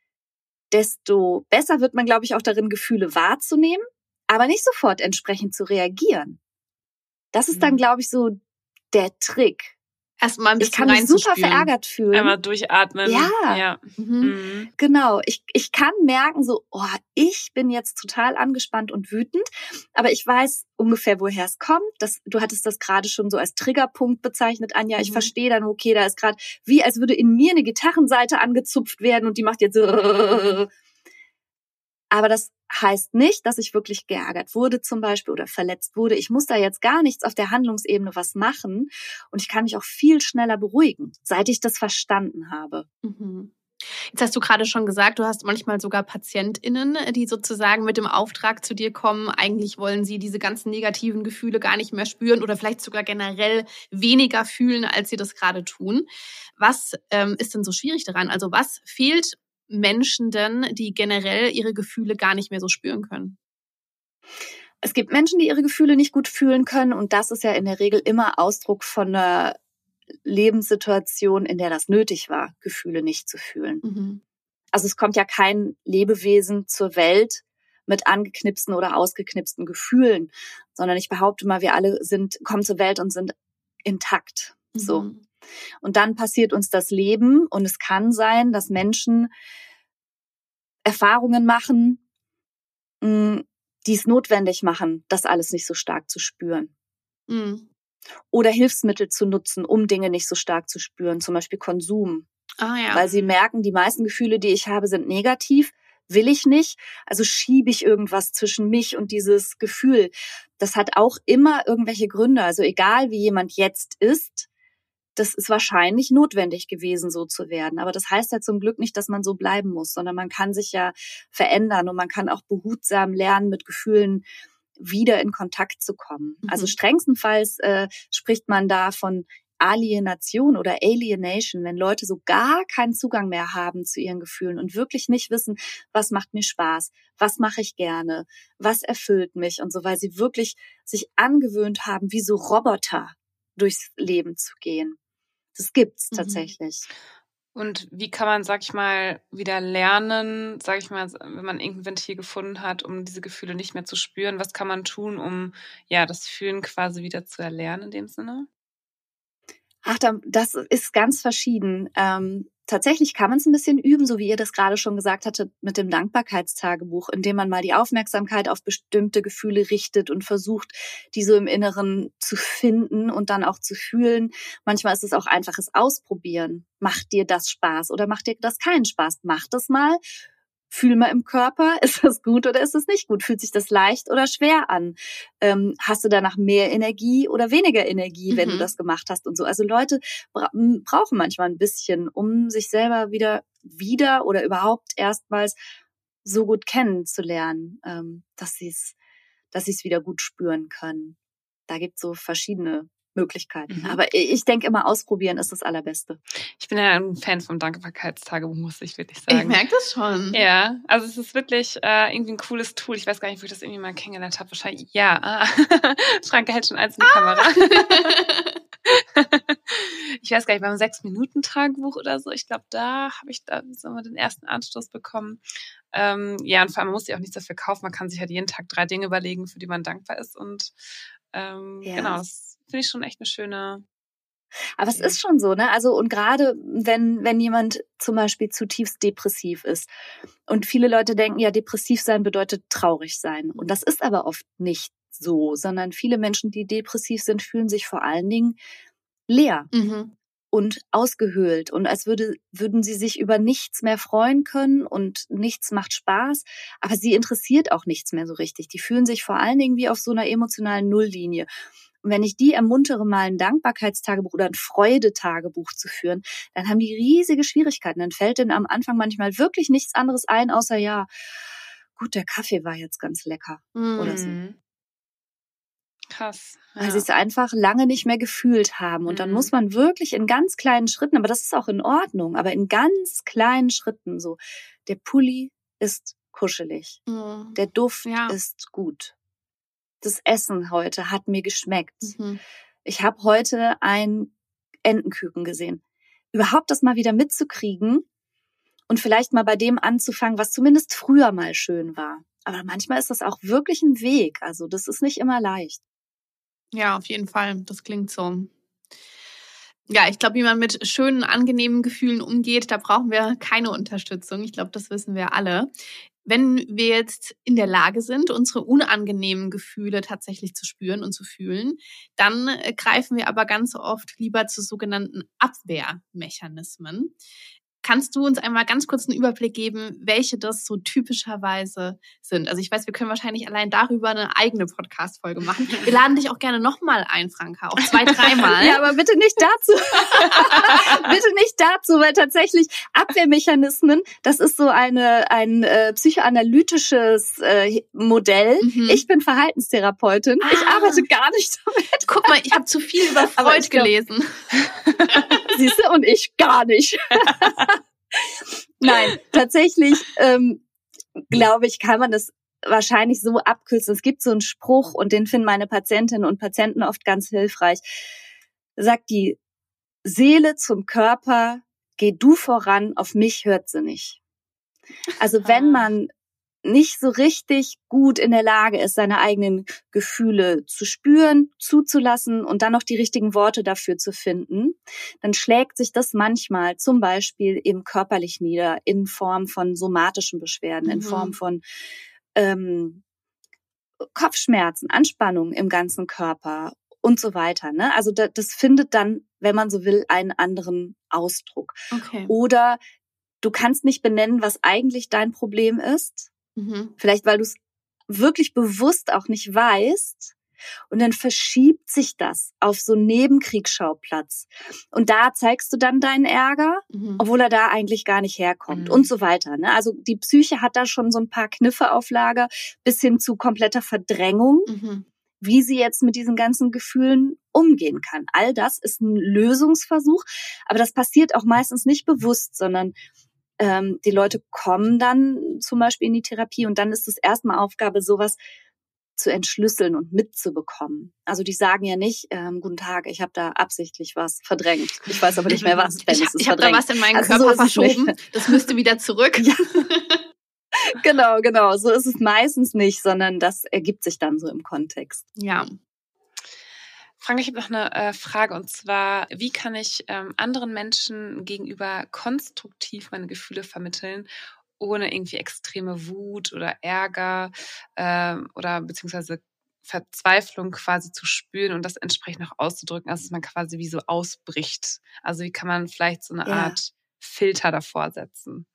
desto besser wird man, glaube ich, auch darin, Gefühle wahrzunehmen, aber nicht sofort entsprechend zu reagieren. Das ist dann, glaube ich, so der Trick. Erstmal ein bisschen ich kann mich super reinzuspüren. verärgert fühlen. Einmal durchatmen. Ja. Mhm. Genau. Ich kann merken so, ich bin jetzt total angespannt und wütend, aber ich weiß ungefähr, woher es kommt. Du hattest das gerade schon so als Triggerpunkt bezeichnet, Anja. Ich verstehe dann, okay, da ist gerade wie, als würde in mir eine Gitarrenseite angezupft werden und die macht jetzt aber das heißt nicht, dass ich wirklich geärgert wurde zum Beispiel oder verletzt wurde. Ich muss da jetzt gar nichts auf der Handlungsebene was machen und ich kann mich auch viel schneller beruhigen, seit ich das verstanden habe. Mhm. Jetzt hast du gerade schon gesagt, du hast manchmal sogar PatientInnen, die sozusagen mit dem Auftrag zu dir kommen. Eigentlich wollen sie diese ganzen negativen Gefühle gar nicht mehr spüren oder vielleicht sogar generell weniger fühlen, als sie das gerade tun. Was ist denn so schwierig daran? Also was fehlt Menschen denn, die generell ihre Gefühle gar nicht mehr so spüren können? Es gibt Menschen, die ihre Gefühle nicht gut fühlen können und das ist ja in der Regel immer Ausdruck von einer Lebenssituation, in der das nötig war, Gefühle nicht zu fühlen. Mhm. Also es kommt ja kein Lebewesen zur Welt mit angeknipsten oder ausgeknipsten Gefühlen, sondern ich behaupte mal, wir alle kommen zur Welt und sind intakt. So. Mhm. Und dann passiert uns das Leben und es kann sein, dass Menschen Erfahrungen machen, die es notwendig machen, das alles nicht so stark zu spüren. Mhm. Oder Hilfsmittel zu nutzen, um Dinge nicht so stark zu spüren, zum Beispiel Konsum. Ah, ja. Weil sie merken, die meisten Gefühle, die ich habe, sind negativ, will ich nicht, also schiebe ich irgendwas zwischen mich und dieses Gefühl. Das hat auch immer irgendwelche Gründe, also egal wie jemand jetzt ist, das ist wahrscheinlich notwendig gewesen, so zu werden. Aber das heißt ja zum Glück nicht, dass man so bleiben muss, sondern man kann sich ja verändern und man kann auch behutsam lernen, mit Gefühlen wieder in Kontakt zu kommen. Also strengstenfalls spricht man da von Alienation oder Alienation, wenn Leute so gar keinen Zugang mehr haben zu ihren Gefühlen und wirklich nicht wissen, was macht mir Spaß, was mache ich gerne, was erfüllt mich und so, weil sie wirklich sich angewöhnt haben, wie so Roboter durchs Leben zu gehen. Das gibt's tatsächlich. Und wie kann man, sag ich mal, wieder lernen, sag ich mal, wenn man irgendein Ventil gefunden hat, um diese Gefühle nicht mehr zu spüren? Was kann man tun, um ja das Fühlen quasi wieder zu erlernen in dem Sinne? Ach, das ist ganz verschieden. Tatsächlich kann man es ein bisschen üben, so wie ihr das gerade schon gesagt hattet, mit dem Dankbarkeitstagebuch, indem man mal die Aufmerksamkeit auf bestimmte Gefühle richtet und versucht, die so im Inneren zu finden und dann auch zu fühlen. Manchmal ist es auch einfaches Ausprobieren. Macht dir das Spaß oder macht dir das keinen Spaß? Mach das mal. Fühl mal im Körper, ist das gut oder ist es nicht gut? Fühlt sich das leicht oder schwer an? Hast du danach mehr Energie oder weniger Energie, wenn du das gemacht hast und so? Also Leute brauchen manchmal ein bisschen, um sich selber wieder oder überhaupt erstmals so gut kennenzulernen, dass sie es wieder gut spüren können. Da gibt es so verschiedene Möglichkeiten. Aber ich denke immer, ausprobieren ist das Allerbeste. Ich bin ja ein Fan vom Dankbarkeitstagebuch, muss ich wirklich sagen. Ich merke das schon. Ja, also es ist wirklich irgendwie ein cooles Tool. Ich weiß gar nicht, wo ich das irgendwie mal kennengelernt habe. Wahrscheinlich, ja. Franke hält schon eins in die Kamera. Ich weiß gar nicht, beim 6-Minuten-Tagebuch oder so. Ich glaube, da habe ich den ersten Anstoß bekommen. Ja, und vor allem, man muss sich auch nichts dafür kaufen. Man kann sich halt jeden Tag 3 Dinge überlegen, für die man dankbar ist. Und genau, das finde ich schon echt eine schöne... Aber es ist schon so, ne? Also, und gerade wenn jemand zum Beispiel zutiefst depressiv ist und viele Leute denken, ja, depressiv sein bedeutet traurig sein. Und das ist aber oft nicht so, sondern viele Menschen, die depressiv sind, fühlen sich vor allen Dingen leer und ausgehöhlt und als würden sie sich über nichts mehr freuen können und nichts macht Spaß, aber sie interessiert auch nichts mehr so richtig. Die fühlen sich vor allen Dingen wie auf so einer emotionalen Nulllinie. Und wenn ich die ermuntere, mal ein Dankbarkeitstagebuch oder ein Freudetagebuch zu führen, dann haben die riesige Schwierigkeiten. Dann fällt denen am Anfang manchmal wirklich nichts anderes ein, außer ja, gut, der Kaffee war jetzt ganz lecker oder so. Krass. Ja. Weil sie es einfach lange nicht mehr gefühlt haben. Und dann muss man wirklich in ganz kleinen Schritten, aber das ist auch in Ordnung, aber in ganz kleinen Schritten so, der Pulli ist kuschelig, der Duft ist gut. Das Essen heute hat mir geschmeckt. Ich habe heute einen Entenküken gesehen. Überhaupt das mal wieder mitzukriegen und vielleicht mal bei dem anzufangen, was zumindest früher mal schön war. Aber manchmal ist das auch wirklich ein Weg. Also das ist nicht immer leicht. Ja, auf jeden Fall. Das klingt so. Ja, ich glaube, wie man mit schönen, angenehmen Gefühlen umgeht, da brauchen wir keine Unterstützung. Ich glaube, das wissen wir alle. Wenn wir jetzt in der Lage sind, unsere unangenehmen Gefühle tatsächlich zu spüren und zu fühlen, dann greifen wir aber ganz oft lieber zu sogenannten Abwehrmechanismen. Kannst du uns einmal ganz kurz einen Überblick geben, welche das so typischerweise sind? Also ich weiß, wir können wahrscheinlich allein darüber eine eigene Podcast-Folge machen. Wir laden dich auch gerne nochmal ein, Franka, auch 2-3 Mal. Ja, aber bitte nicht dazu. Bitte nicht dazu, weil tatsächlich Abwehrmechanismen, das ist so ein psychoanalytisches Modell. Ich bin Verhaltenstherapeutin. Ich arbeite gar nicht damit. Guck mal, ich habe zu viel über Freud gelesen. Siehst du, und ich gar nicht. Nein, tatsächlich glaube ich, kann man das wahrscheinlich so abkürzen. Es gibt so einen Spruch und den finden meine Patientinnen und Patienten oft ganz hilfreich. Sagt die Seele zum Körper, geh du voran, auf mich hört sie nicht. Also wenn man nicht so richtig gut in der Lage ist, seine eigenen Gefühle zu spüren, zuzulassen und dann noch die richtigen Worte dafür zu finden, dann schlägt sich das manchmal zum Beispiel eben körperlich nieder in Form von somatischen Beschwerden, in Form von Kopfschmerzen, Anspannung im ganzen Körper und so weiter. Ne? Also das findet dann, wenn man so will, einen anderen Ausdruck. Okay. Oder du kannst nicht benennen, was eigentlich dein Problem ist. Vielleicht, weil du es wirklich bewusst auch nicht weißt. Und dann verschiebt sich das auf so einen Nebenkriegsschauplatz. Und da zeigst du dann deinen Ärger, obwohl er da eigentlich gar nicht herkommt und so weiter. Ne? Also die Psyche hat da schon so ein paar Kniffe auf Lager bis hin zu kompletter Verdrängung, wie sie jetzt mit diesen ganzen Gefühlen umgehen kann. All das ist ein Lösungsversuch, aber das passiert auch meistens nicht bewusst, sondern die Leute kommen dann zum Beispiel in die Therapie und dann ist es erstmal Aufgabe, sowas zu entschlüsseln und mitzubekommen. Also die sagen ja nicht, guten Tag, ich habe da absichtlich was verdrängt. Ich weiß aber nicht mehr was. Ich habe da was in meinen Körper verschoben. Das müsste wieder zurück. Ja. Genau. So ist es meistens nicht, sondern das ergibt sich dann so im Kontext. Ja. Franka, ich habe noch eine Frage und zwar, wie kann ich anderen Menschen gegenüber konstruktiv meine Gefühle vermitteln, ohne irgendwie extreme Wut oder Ärger oder beziehungsweise Verzweiflung quasi zu spüren und das entsprechend auch auszudrücken, also dass man quasi wie so ausbricht. Also wie kann man vielleicht so eine Art Filter davor setzen?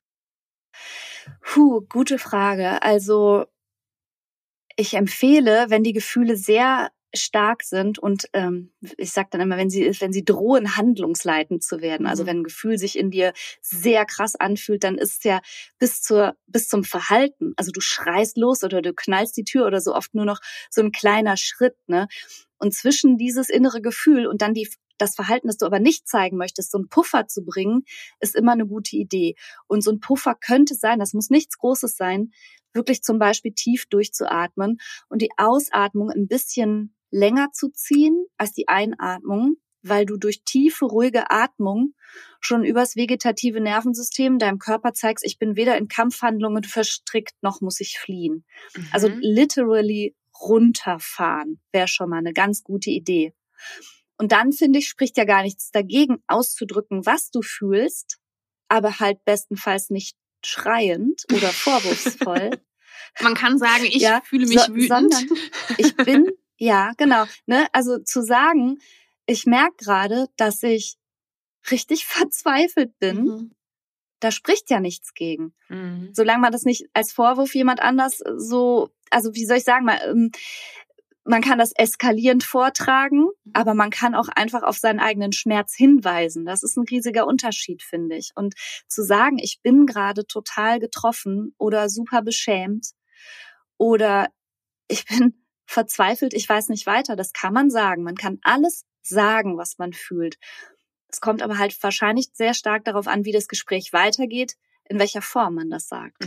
Gute Frage. Also ich empfehle, wenn die Gefühle sehr stark sind und ich sage dann immer, wenn sie drohen, handlungsleitend zu werden, also wenn ein Gefühl sich in dir sehr krass anfühlt, dann ist es ja bis zum Verhalten, also du schreist los oder du knallst die Tür oder so, oft nur noch so ein kleiner Schritt, ne? Und zwischen dieses innere Gefühl und dann das Verhalten, das du aber nicht zeigen möchtest, so einen Puffer zu bringen, ist immer eine gute Idee. Und so ein Puffer könnte sein, das muss nichts Großes sein, wirklich zum Beispiel tief durchzuatmen und die Ausatmung ein bisschen länger zu ziehen als die Einatmung, weil du durch tiefe, ruhige Atmung schon übers vegetative Nervensystem deinem Körper zeigst, ich bin weder in Kampfhandlungen verstrickt, noch muss ich fliehen. Also literally runterfahren wäre schon mal eine ganz gute Idee. Und dann, finde ich, spricht ja gar nichts dagegen, auszudrücken, was du fühlst, aber halt bestenfalls nicht schreiend oder vorwurfsvoll. Man kann sagen, ich fühle mich wütend. Sondern ich bin, ja, genau. Ne? Also zu sagen, ich merke gerade, dass ich richtig verzweifelt bin, da spricht ja nichts gegen. Solange man das nicht als Vorwurf jemand anders so, also wie soll ich sagen, man kann das eskalierend vortragen, aber man kann auch einfach auf seinen eigenen Schmerz hinweisen. Das ist ein riesiger Unterschied, finde ich. Und zu sagen, ich bin gerade total getroffen oder super beschämt oder ich bin verzweifelt, ich weiß nicht weiter, das kann man sagen. Man kann alles sagen, was man fühlt. Es kommt aber halt wahrscheinlich sehr stark darauf an, wie das Gespräch weitergeht, in welcher Form man das sagt.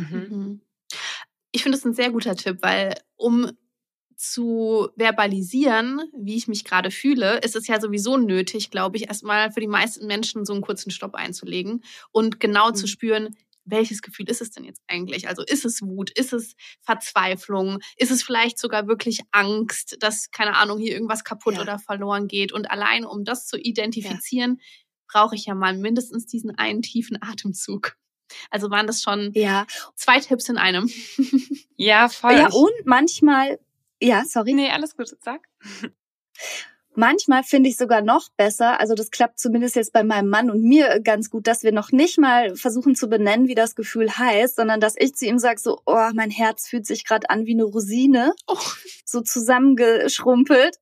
Ich finde das ein sehr guter Tipp, weil um zu verbalisieren, wie ich mich gerade fühle, ist es ja sowieso nötig, glaube ich, erstmal für die meisten Menschen so einen kurzen Stopp einzulegen und genau zu spüren, welches Gefühl ist es denn jetzt eigentlich? Also ist es Wut? Ist es Verzweiflung? Ist es vielleicht sogar wirklich Angst, dass, keine Ahnung, hier irgendwas kaputt oder verloren geht? Und allein, um das zu identifizieren, brauche ich ja mal mindestens diesen einen tiefen Atemzug. Also waren das schon 2 Tipps in einem. Ja, voll. Ja, und manchmal, Nee, alles gut, sag. Manchmal finde ich sogar noch besser, also das klappt zumindest jetzt bei meinem Mann und mir ganz gut, dass wir noch nicht mal versuchen zu benennen, wie das Gefühl heißt, sondern dass ich zu ihm sage so, oh, mein Herz fühlt sich gerade an wie eine Rosine, so zusammengeschrumpelt.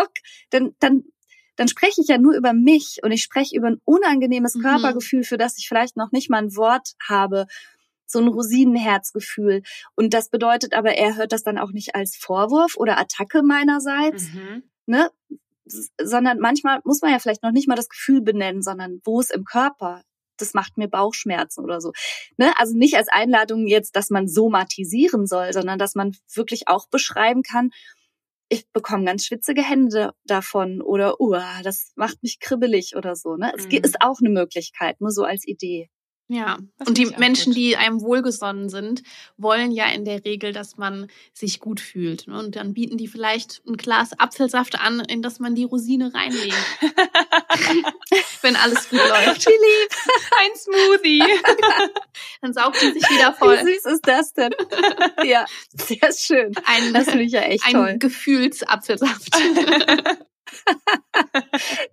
Dann spreche ich ja nur über mich und ich spreche über ein unangenehmes Körpergefühl, für das ich vielleicht noch nicht mal ein Wort habe. So ein Rosinenherzgefühl. Und das bedeutet aber, er hört das dann auch nicht als Vorwurf oder Attacke meinerseits, ne? Sondern manchmal muss man ja vielleicht noch nicht mal das Gefühl benennen, sondern wo ist im Körper? Das macht mir Bauchschmerzen oder so. Ne? Also nicht als Einladung jetzt, dass man somatisieren soll, sondern dass man wirklich auch beschreiben kann, ich bekomme ganz schwitzige Hände davon oder das macht mich kribbelig oder so. Ne? Es ist auch eine Möglichkeit, nur so als Idee. Ja, und die Menschen, die einem wohlgesonnen sind, wollen ja in der Regel, dass man sich gut fühlt. Ne? Und dann bieten die vielleicht ein Glas Apfelsaft an, in das man die Rosine reinlegt. Wenn alles gut läuft. Wie lieb. Ein Smoothie. Dann saugt die sich wieder voll. Wie süß ist das denn? Ja, sehr schön. Das finde ich ja echt toll. Ein Gefühlsapfelsaft.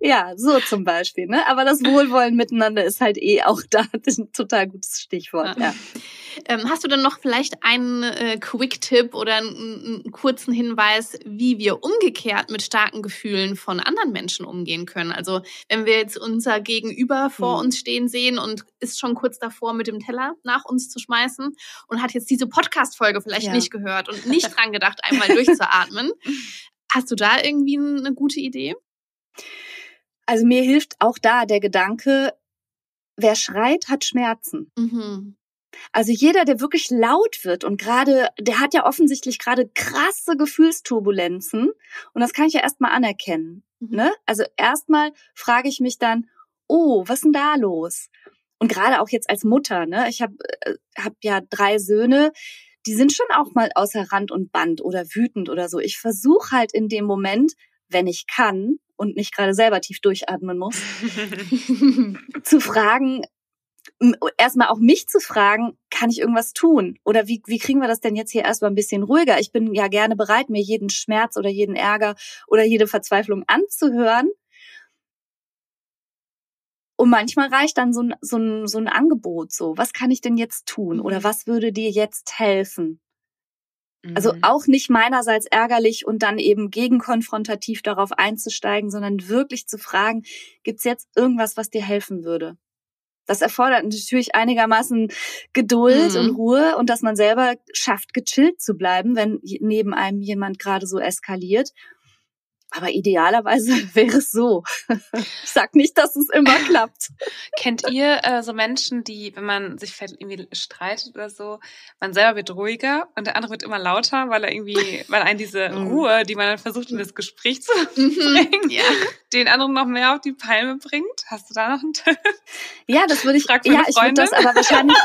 Ja, so zum Beispiel, ne? Aber das Wohlwollen miteinander ist halt auch da ein total gutes Stichwort, ja. Hast du denn noch vielleicht einen Quick-Tipp oder einen kurzen Hinweis, wie wir umgekehrt mit starken Gefühlen von anderen Menschen umgehen können? Also wenn wir jetzt unser Gegenüber vor uns stehen sehen und ist schon kurz davor, mit dem Teller nach uns zu schmeißen und hat jetzt diese Podcast-Folge vielleicht nicht gehört und nicht dran gedacht, einmal durchzuatmen. Hast du da irgendwie eine gute Idee? Also mir hilft auch da der Gedanke, wer schreit, hat Schmerzen. Mhm. Also jeder, der wirklich laut wird und der hat ja offensichtlich gerade krasse Gefühlsturbulenzen und das kann ich ja erstmal anerkennen. Ne? Also erstmal frage ich mich dann, oh, was ist denn da los? Und gerade auch jetzt als Mutter, ne? Ich hab ja 3 Söhne, die sind schon auch mal außer Rand und Band oder wütend oder so. Ich versuche halt in dem Moment, wenn ich kann und nicht gerade selber tief durchatmen muss, zu fragen, erstmal auch mich zu fragen, kann ich irgendwas tun? Oder wie kriegen wir das denn jetzt hier erstmal ein bisschen ruhiger? Ich bin ja gerne bereit, mir jeden Schmerz oder jeden Ärger oder jede Verzweiflung anzuhören. Und manchmal reicht dann so ein Angebot so. Was kann ich denn jetzt tun? Oder was würde dir jetzt helfen? Also auch nicht meinerseits ärgerlich und dann eben gegenkonfrontativ darauf einzusteigen, sondern wirklich zu fragen, gibt's jetzt irgendwas, was dir helfen würde? Das erfordert natürlich einigermaßen Geduld und Ruhe und dass man selber schafft, gechillt zu bleiben, wenn neben einem jemand gerade so eskaliert. Aber idealerweise wäre es so. Ich sag nicht, dass es immer klappt. Kennt ihr so Menschen, die, wenn man sich vielleicht irgendwie streitet oder so, man selber wird ruhiger und der andere wird immer lauter, weil einen diese Ruhe, die man dann versucht, in das Gespräch zu bringen, den anderen noch mehr auf die Palme bringt? Hast du da noch einen Tipp? Ja, das würde ich. Ich würde das aber wahrscheinlich.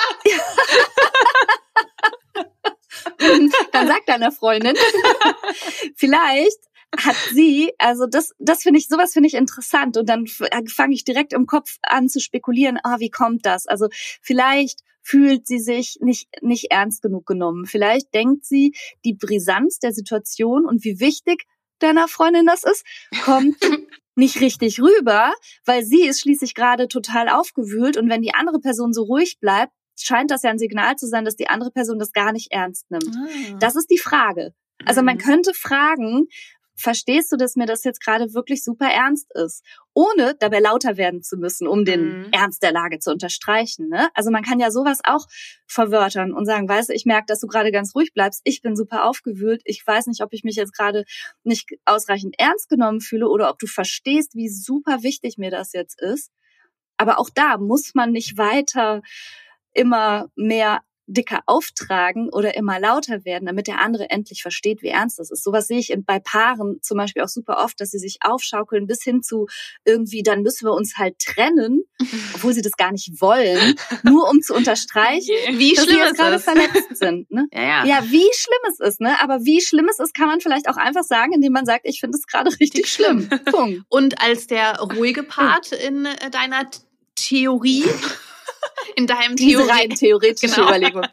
Dann sag deiner Freundin. Vielleicht hat sie, also sowas finde ich interessant und dann fange ich direkt im Kopf an zu spekulieren, wie kommt das? Also vielleicht fühlt sie sich nicht ernst genug genommen. Vielleicht denkt sie, die Brisanz der Situation und wie wichtig deiner Freundin das ist, kommt nicht richtig rüber, weil sie ist schließlich gerade total aufgewühlt und wenn die andere Person so ruhig bleibt, scheint das ja ein Signal zu sein, dass die andere Person das gar nicht ernst nimmt. Das ist die Frage. Also man könnte fragen, verstehst du, dass mir das jetzt gerade wirklich super ernst ist, ohne dabei lauter werden zu müssen, um den Ernst der Lage zu unterstreichen, ne? Also man kann ja sowas auch verwörtern und sagen, weißt du, ich merke, dass du gerade ganz ruhig bleibst, ich bin super aufgewühlt, ich weiß nicht, ob ich mich jetzt gerade nicht ausreichend ernst genommen fühle oder ob du verstehst, wie super wichtig mir das jetzt ist. Aber auch da muss man nicht weiter immer mehr dicker auftragen oder immer lauter werden, damit der andere endlich versteht, wie ernst das ist. Sowas sehe ich bei Paaren zum Beispiel auch super oft, dass sie sich aufschaukeln bis hin zu irgendwie, dann müssen wir uns halt trennen, obwohl sie das gar nicht wollen, nur um zu unterstreichen, wie dass schlimm sie jetzt gerade verletzt sind. Ne? Ja, wie schlimm es ist, ne? Aber wie schlimm es ist, kann man vielleicht auch einfach sagen, indem man sagt, ich finde es gerade richtig schlimm. Punkt. Und als der ruhige Part in deiner Theorie, in deinem diese rein theoretische Überlegung.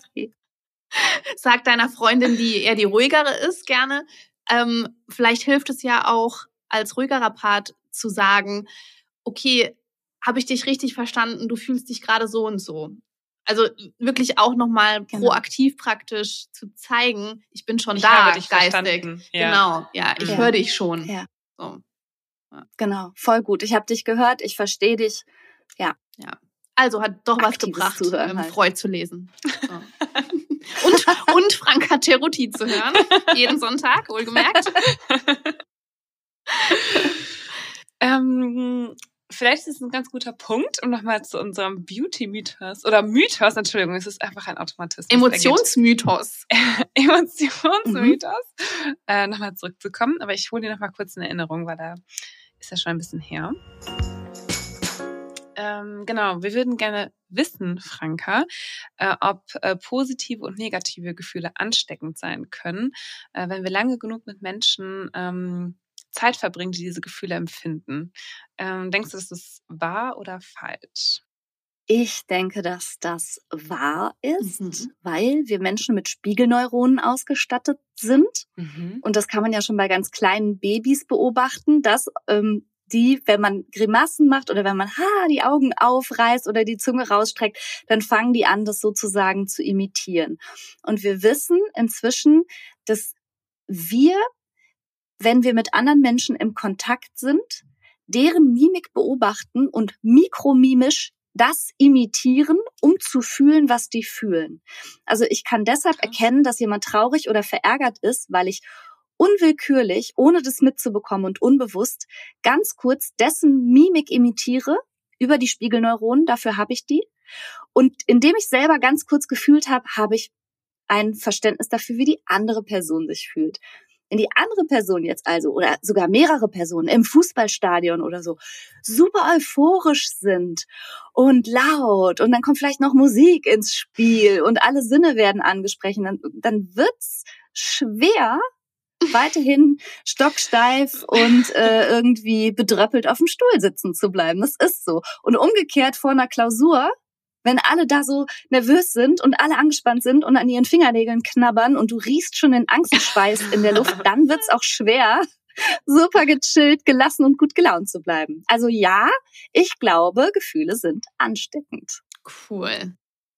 Sag deiner Freundin, die eher die ruhigere ist, gerne. Vielleicht hilft es ja auch als ruhigerer Part zu sagen, okay, habe ich dich richtig verstanden, du fühlst dich gerade so und so. Also wirklich auch nochmal proaktiv praktisch zu zeigen, ich bin schon da, geistig. Verstanden. Ja. Genau, ich höre dich schon. Ja. So. Genau, voll gut. Ich habe dich gehört, ich verstehe dich. Ja. Also hat doch was Aktives gebracht, Zuhören halt. Freud zu lesen. So. und Franka Cerutti zu hören. Jeden Sonntag, wohlgemerkt. Vielleicht ist es ein ganz guter Punkt, um nochmal zu unserem Beauty-Mythos, oder Mythos, Entschuldigung, es ist einfach ein Automatismus. Emotionsmythos. Nochmal zurückzukommen. Aber ich hole dir nochmal kurz eine Erinnerung, weil da ist ja schon ein bisschen her. Genau, wir würden gerne wissen, Franka, ob positive und negative Gefühle ansteckend sein können, wenn wir lange genug mit Menschen Zeit verbringen, die diese Gefühle empfinden. Denkst du, dass das wahr oder falsch? Ich denke, dass das wahr ist, weil wir Menschen mit Spiegelneuronen ausgestattet sind. Und das kann man ja schon bei ganz kleinen Babys beobachten, dass die, wenn man Grimassen macht oder wenn man die Augen aufreißt oder die Zunge rausstreckt, dann fangen die an, das sozusagen zu imitieren. Und wir wissen inzwischen, dass wir, wenn wir mit anderen Menschen im Kontakt sind, deren Mimik beobachten und mikromimisch das imitieren, um zu fühlen, was die fühlen. Also ich kann deshalb erkennen, dass jemand traurig oder verärgert ist, weil ich unwillkürlich, ohne das mitzubekommen und unbewusst, ganz kurz dessen Mimik imitiere über die Spiegelneuronen, dafür habe ich die. Und indem ich selber ganz kurz gefühlt habe, habe ich ein Verständnis dafür, wie die andere Person sich fühlt. Wenn die andere Person jetzt also, oder sogar mehrere Personen im Fußballstadion oder so, super euphorisch sind und laut und dann kommt vielleicht noch Musik ins Spiel und alle Sinne werden angesprochen, dann wird's schwer, weiterhin stocksteif und irgendwie bedröppelt auf dem Stuhl sitzen zu bleiben. Das ist so. Und umgekehrt vor einer Klausur, wenn alle da so nervös sind und alle angespannt sind und an ihren Fingernägeln knabbern und du riechst schon den Angstschweiß in der Luft, dann wird's auch schwer, super gechillt, gelassen und gut gelaunt zu bleiben. Also ja, ich glaube, Gefühle sind ansteckend. Cool.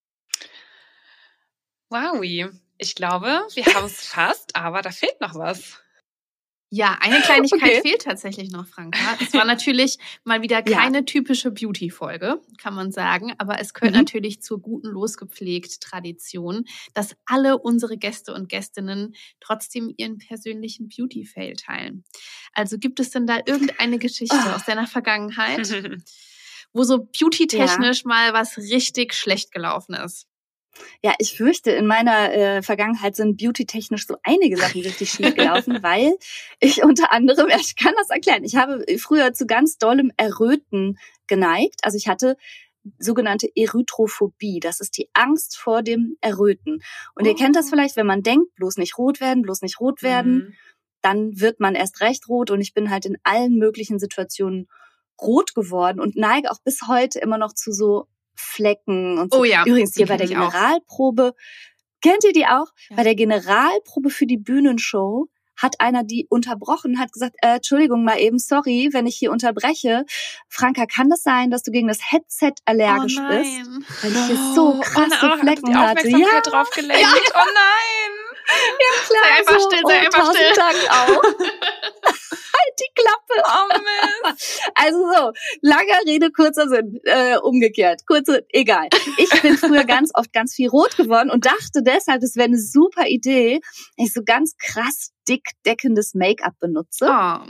Wowi. Ich glaube, wir haben es fast, aber da fehlt noch was. Ja, eine Kleinigkeit fehlt tatsächlich noch, Franka. Es war natürlich mal wieder keine typische Beauty-Folge, kann man sagen. Aber es gehört natürlich zur guten losgepflegt Tradition, dass alle unsere Gäste und Gästinnen trotzdem ihren persönlichen Beauty-Fail teilen. Also gibt es denn da irgendeine Geschichte aus deiner Vergangenheit, wo so beauty-technisch mal was richtig schlecht gelaufen ist? Ja, ich fürchte, in meiner Vergangenheit sind beauty-technisch so einige Sachen richtig schief gelaufen, weil ich unter anderem, ich kann das erklären, ich habe früher zu ganz dollem Erröten geneigt. Also ich hatte sogenannte Erythrophobie. Das ist die Angst vor dem Erröten. Und ihr kennt das vielleicht, wenn man denkt, bloß nicht rot werden, dann wird man erst recht rot. Und ich bin halt in allen möglichen Situationen rot geworden und neige auch bis heute immer noch zu so Flecken und so. Oh ja, übrigens hier bei der Generalprobe, kennt ihr die auch? Ja. Bei der Generalprobe für die Bühnenshow hat einer die unterbrochen, hat gesagt, Entschuldigung mal eben, sorry, wenn ich hier unterbreche. Franka, kann das sein, dass du gegen das Headset allergisch bist? Weil ich hier so krasse Flecken hatte. Ja, drauf gelenkt. Ja. Oh nein! Ja, klar. Sei einfach still, sei einfach still. Dank auch. Halt die Klappe. Oh Mist. Also so, langer Rede, kurzer Sinn, umgekehrt. Egal. Ich bin früher ganz oft ganz viel rot geworden und dachte deshalb, es wäre eine super Idee, wenn ich so ganz krass dick deckendes Make-up benutze.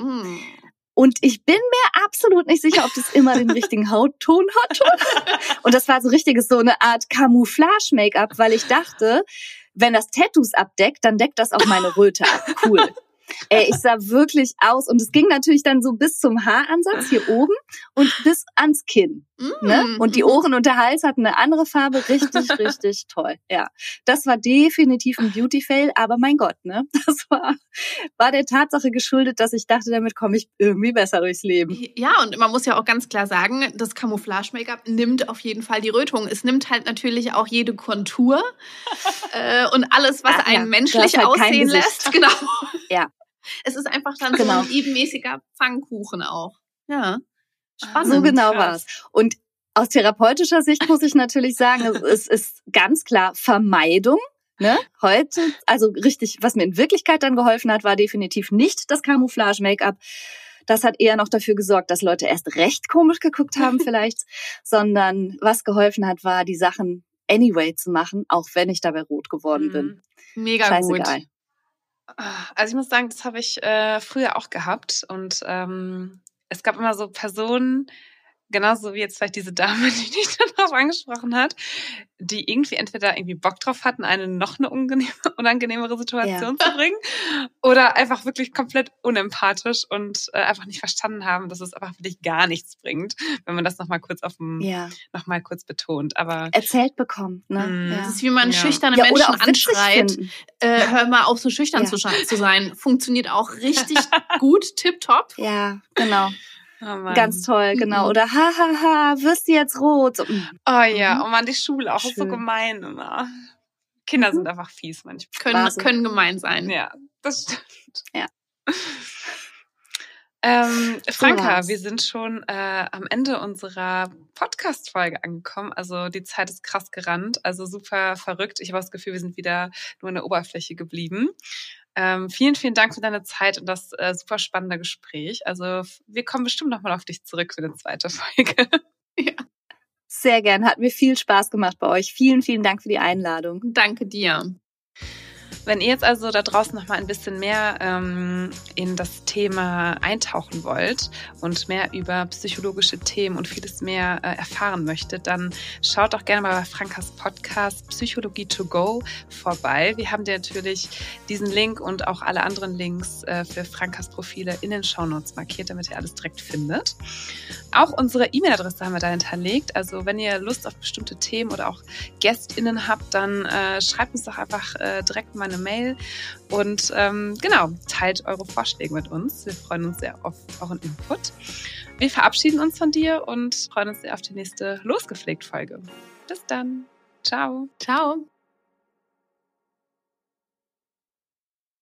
Und ich bin mir absolut nicht sicher, ob das immer den richtigen Hautton hat. Und das war so richtiges, so eine Art Camouflage-Make-up, weil ich dachte, wenn das Tattoos abdeckt, dann deckt das auch meine Röte ab. Cool. Ich sah wirklich aus und es ging natürlich dann so bis zum Haaransatz hier oben und bis ans Kinn. Ne? Und die Ohren und der Hals hatten eine andere Farbe. Richtig, richtig toll. Ja, das war definitiv ein Beauty-Fail, aber mein Gott, ne? Das war der Tatsache geschuldet, dass ich dachte, damit komme ich irgendwie besser durchs Leben. Ja, und man muss ja auch ganz klar sagen, das Camouflage-Make-up nimmt auf jeden Fall die Rötung. Es nimmt halt natürlich auch jede Kontur und alles, was einen menschlich halt aussehen lässt. Genau. Ja. Es ist einfach dann so ein ebenmäßiger Pfannkuchen auch. Ja, spannend. So genau war's. Und aus therapeutischer Sicht muss ich natürlich sagen, es ist ganz klar Vermeidung. Ne? Heute, also richtig, was mir in Wirklichkeit dann geholfen hat, war definitiv nicht das Camouflage-Make-up. Das hat eher noch dafür gesorgt, dass Leute erst recht komisch geguckt haben vielleicht, sondern was geholfen hat, war, die Sachen anyway zu machen, auch wenn ich dabei rot geworden bin. Mega Scheißegal. Gut. Also ich muss sagen, das habe ich früher auch gehabt und es gab immer so Personen, genauso wie jetzt vielleicht diese Dame, die dich darauf angesprochen hat, die irgendwie entweder irgendwie Bock drauf hatten, eine noch eine unangenehmere Situation zu bringen oder einfach wirklich komplett unempathisch und einfach nicht verstanden haben, dass es einfach wirklich gar nichts bringt, wenn man das nochmal kurz noch mal kurz betont. Aber erzählt bekommt, ne? Das ist wie man schüchterne Menschen anschreit. Hör mal auf, so schüchtern zu sein. Funktioniert auch richtig gut, tipptopp. Ja, genau. Oh ganz toll, genau. Oder wirst du jetzt rot? So, Oh ja, oh Mann, die Schule auch ist so gemein immer. Kinder sind einfach fies manchmal. Können gemein sein. Ja, das stimmt. Ja. Franka, wir sind schon am Ende unserer Podcast-Folge angekommen. Also die Zeit ist krass gerannt, also super verrückt. Ich habe das Gefühl, wir sind wieder nur an der Oberfläche geblieben. Vielen, vielen Dank für deine Zeit und das super spannende Gespräch. Also wir kommen bestimmt nochmal auf dich zurück für eine zweite Folge. Ja. Sehr gern, hat mir viel Spaß gemacht bei euch. Vielen, vielen Dank für die Einladung. Danke dir. Wenn ihr jetzt also da draußen noch mal ein bisschen mehr in das Thema eintauchen wollt und mehr über psychologische Themen und vieles mehr erfahren möchtet, dann schaut doch gerne mal bei Frankas Podcast Psychologie to go vorbei. Wir haben dir natürlich diesen Link und auch alle anderen Links für Frankas Profile in den Shownotes markiert, damit ihr alles direkt findet. Auch unsere E-Mail-Adresse haben wir da hinterlegt. Also wenn ihr Lust auf bestimmte Themen oder auch GästInnen habt, dann schreibt uns doch einfach direkt mal eine Mail und teilt eure Vorschläge mit uns. Wir freuen uns sehr auf euren Input. Wir verabschieden uns von dir und freuen uns sehr auf die nächste Losgepflegt-Folge. Bis dann. Ciao. Ciao.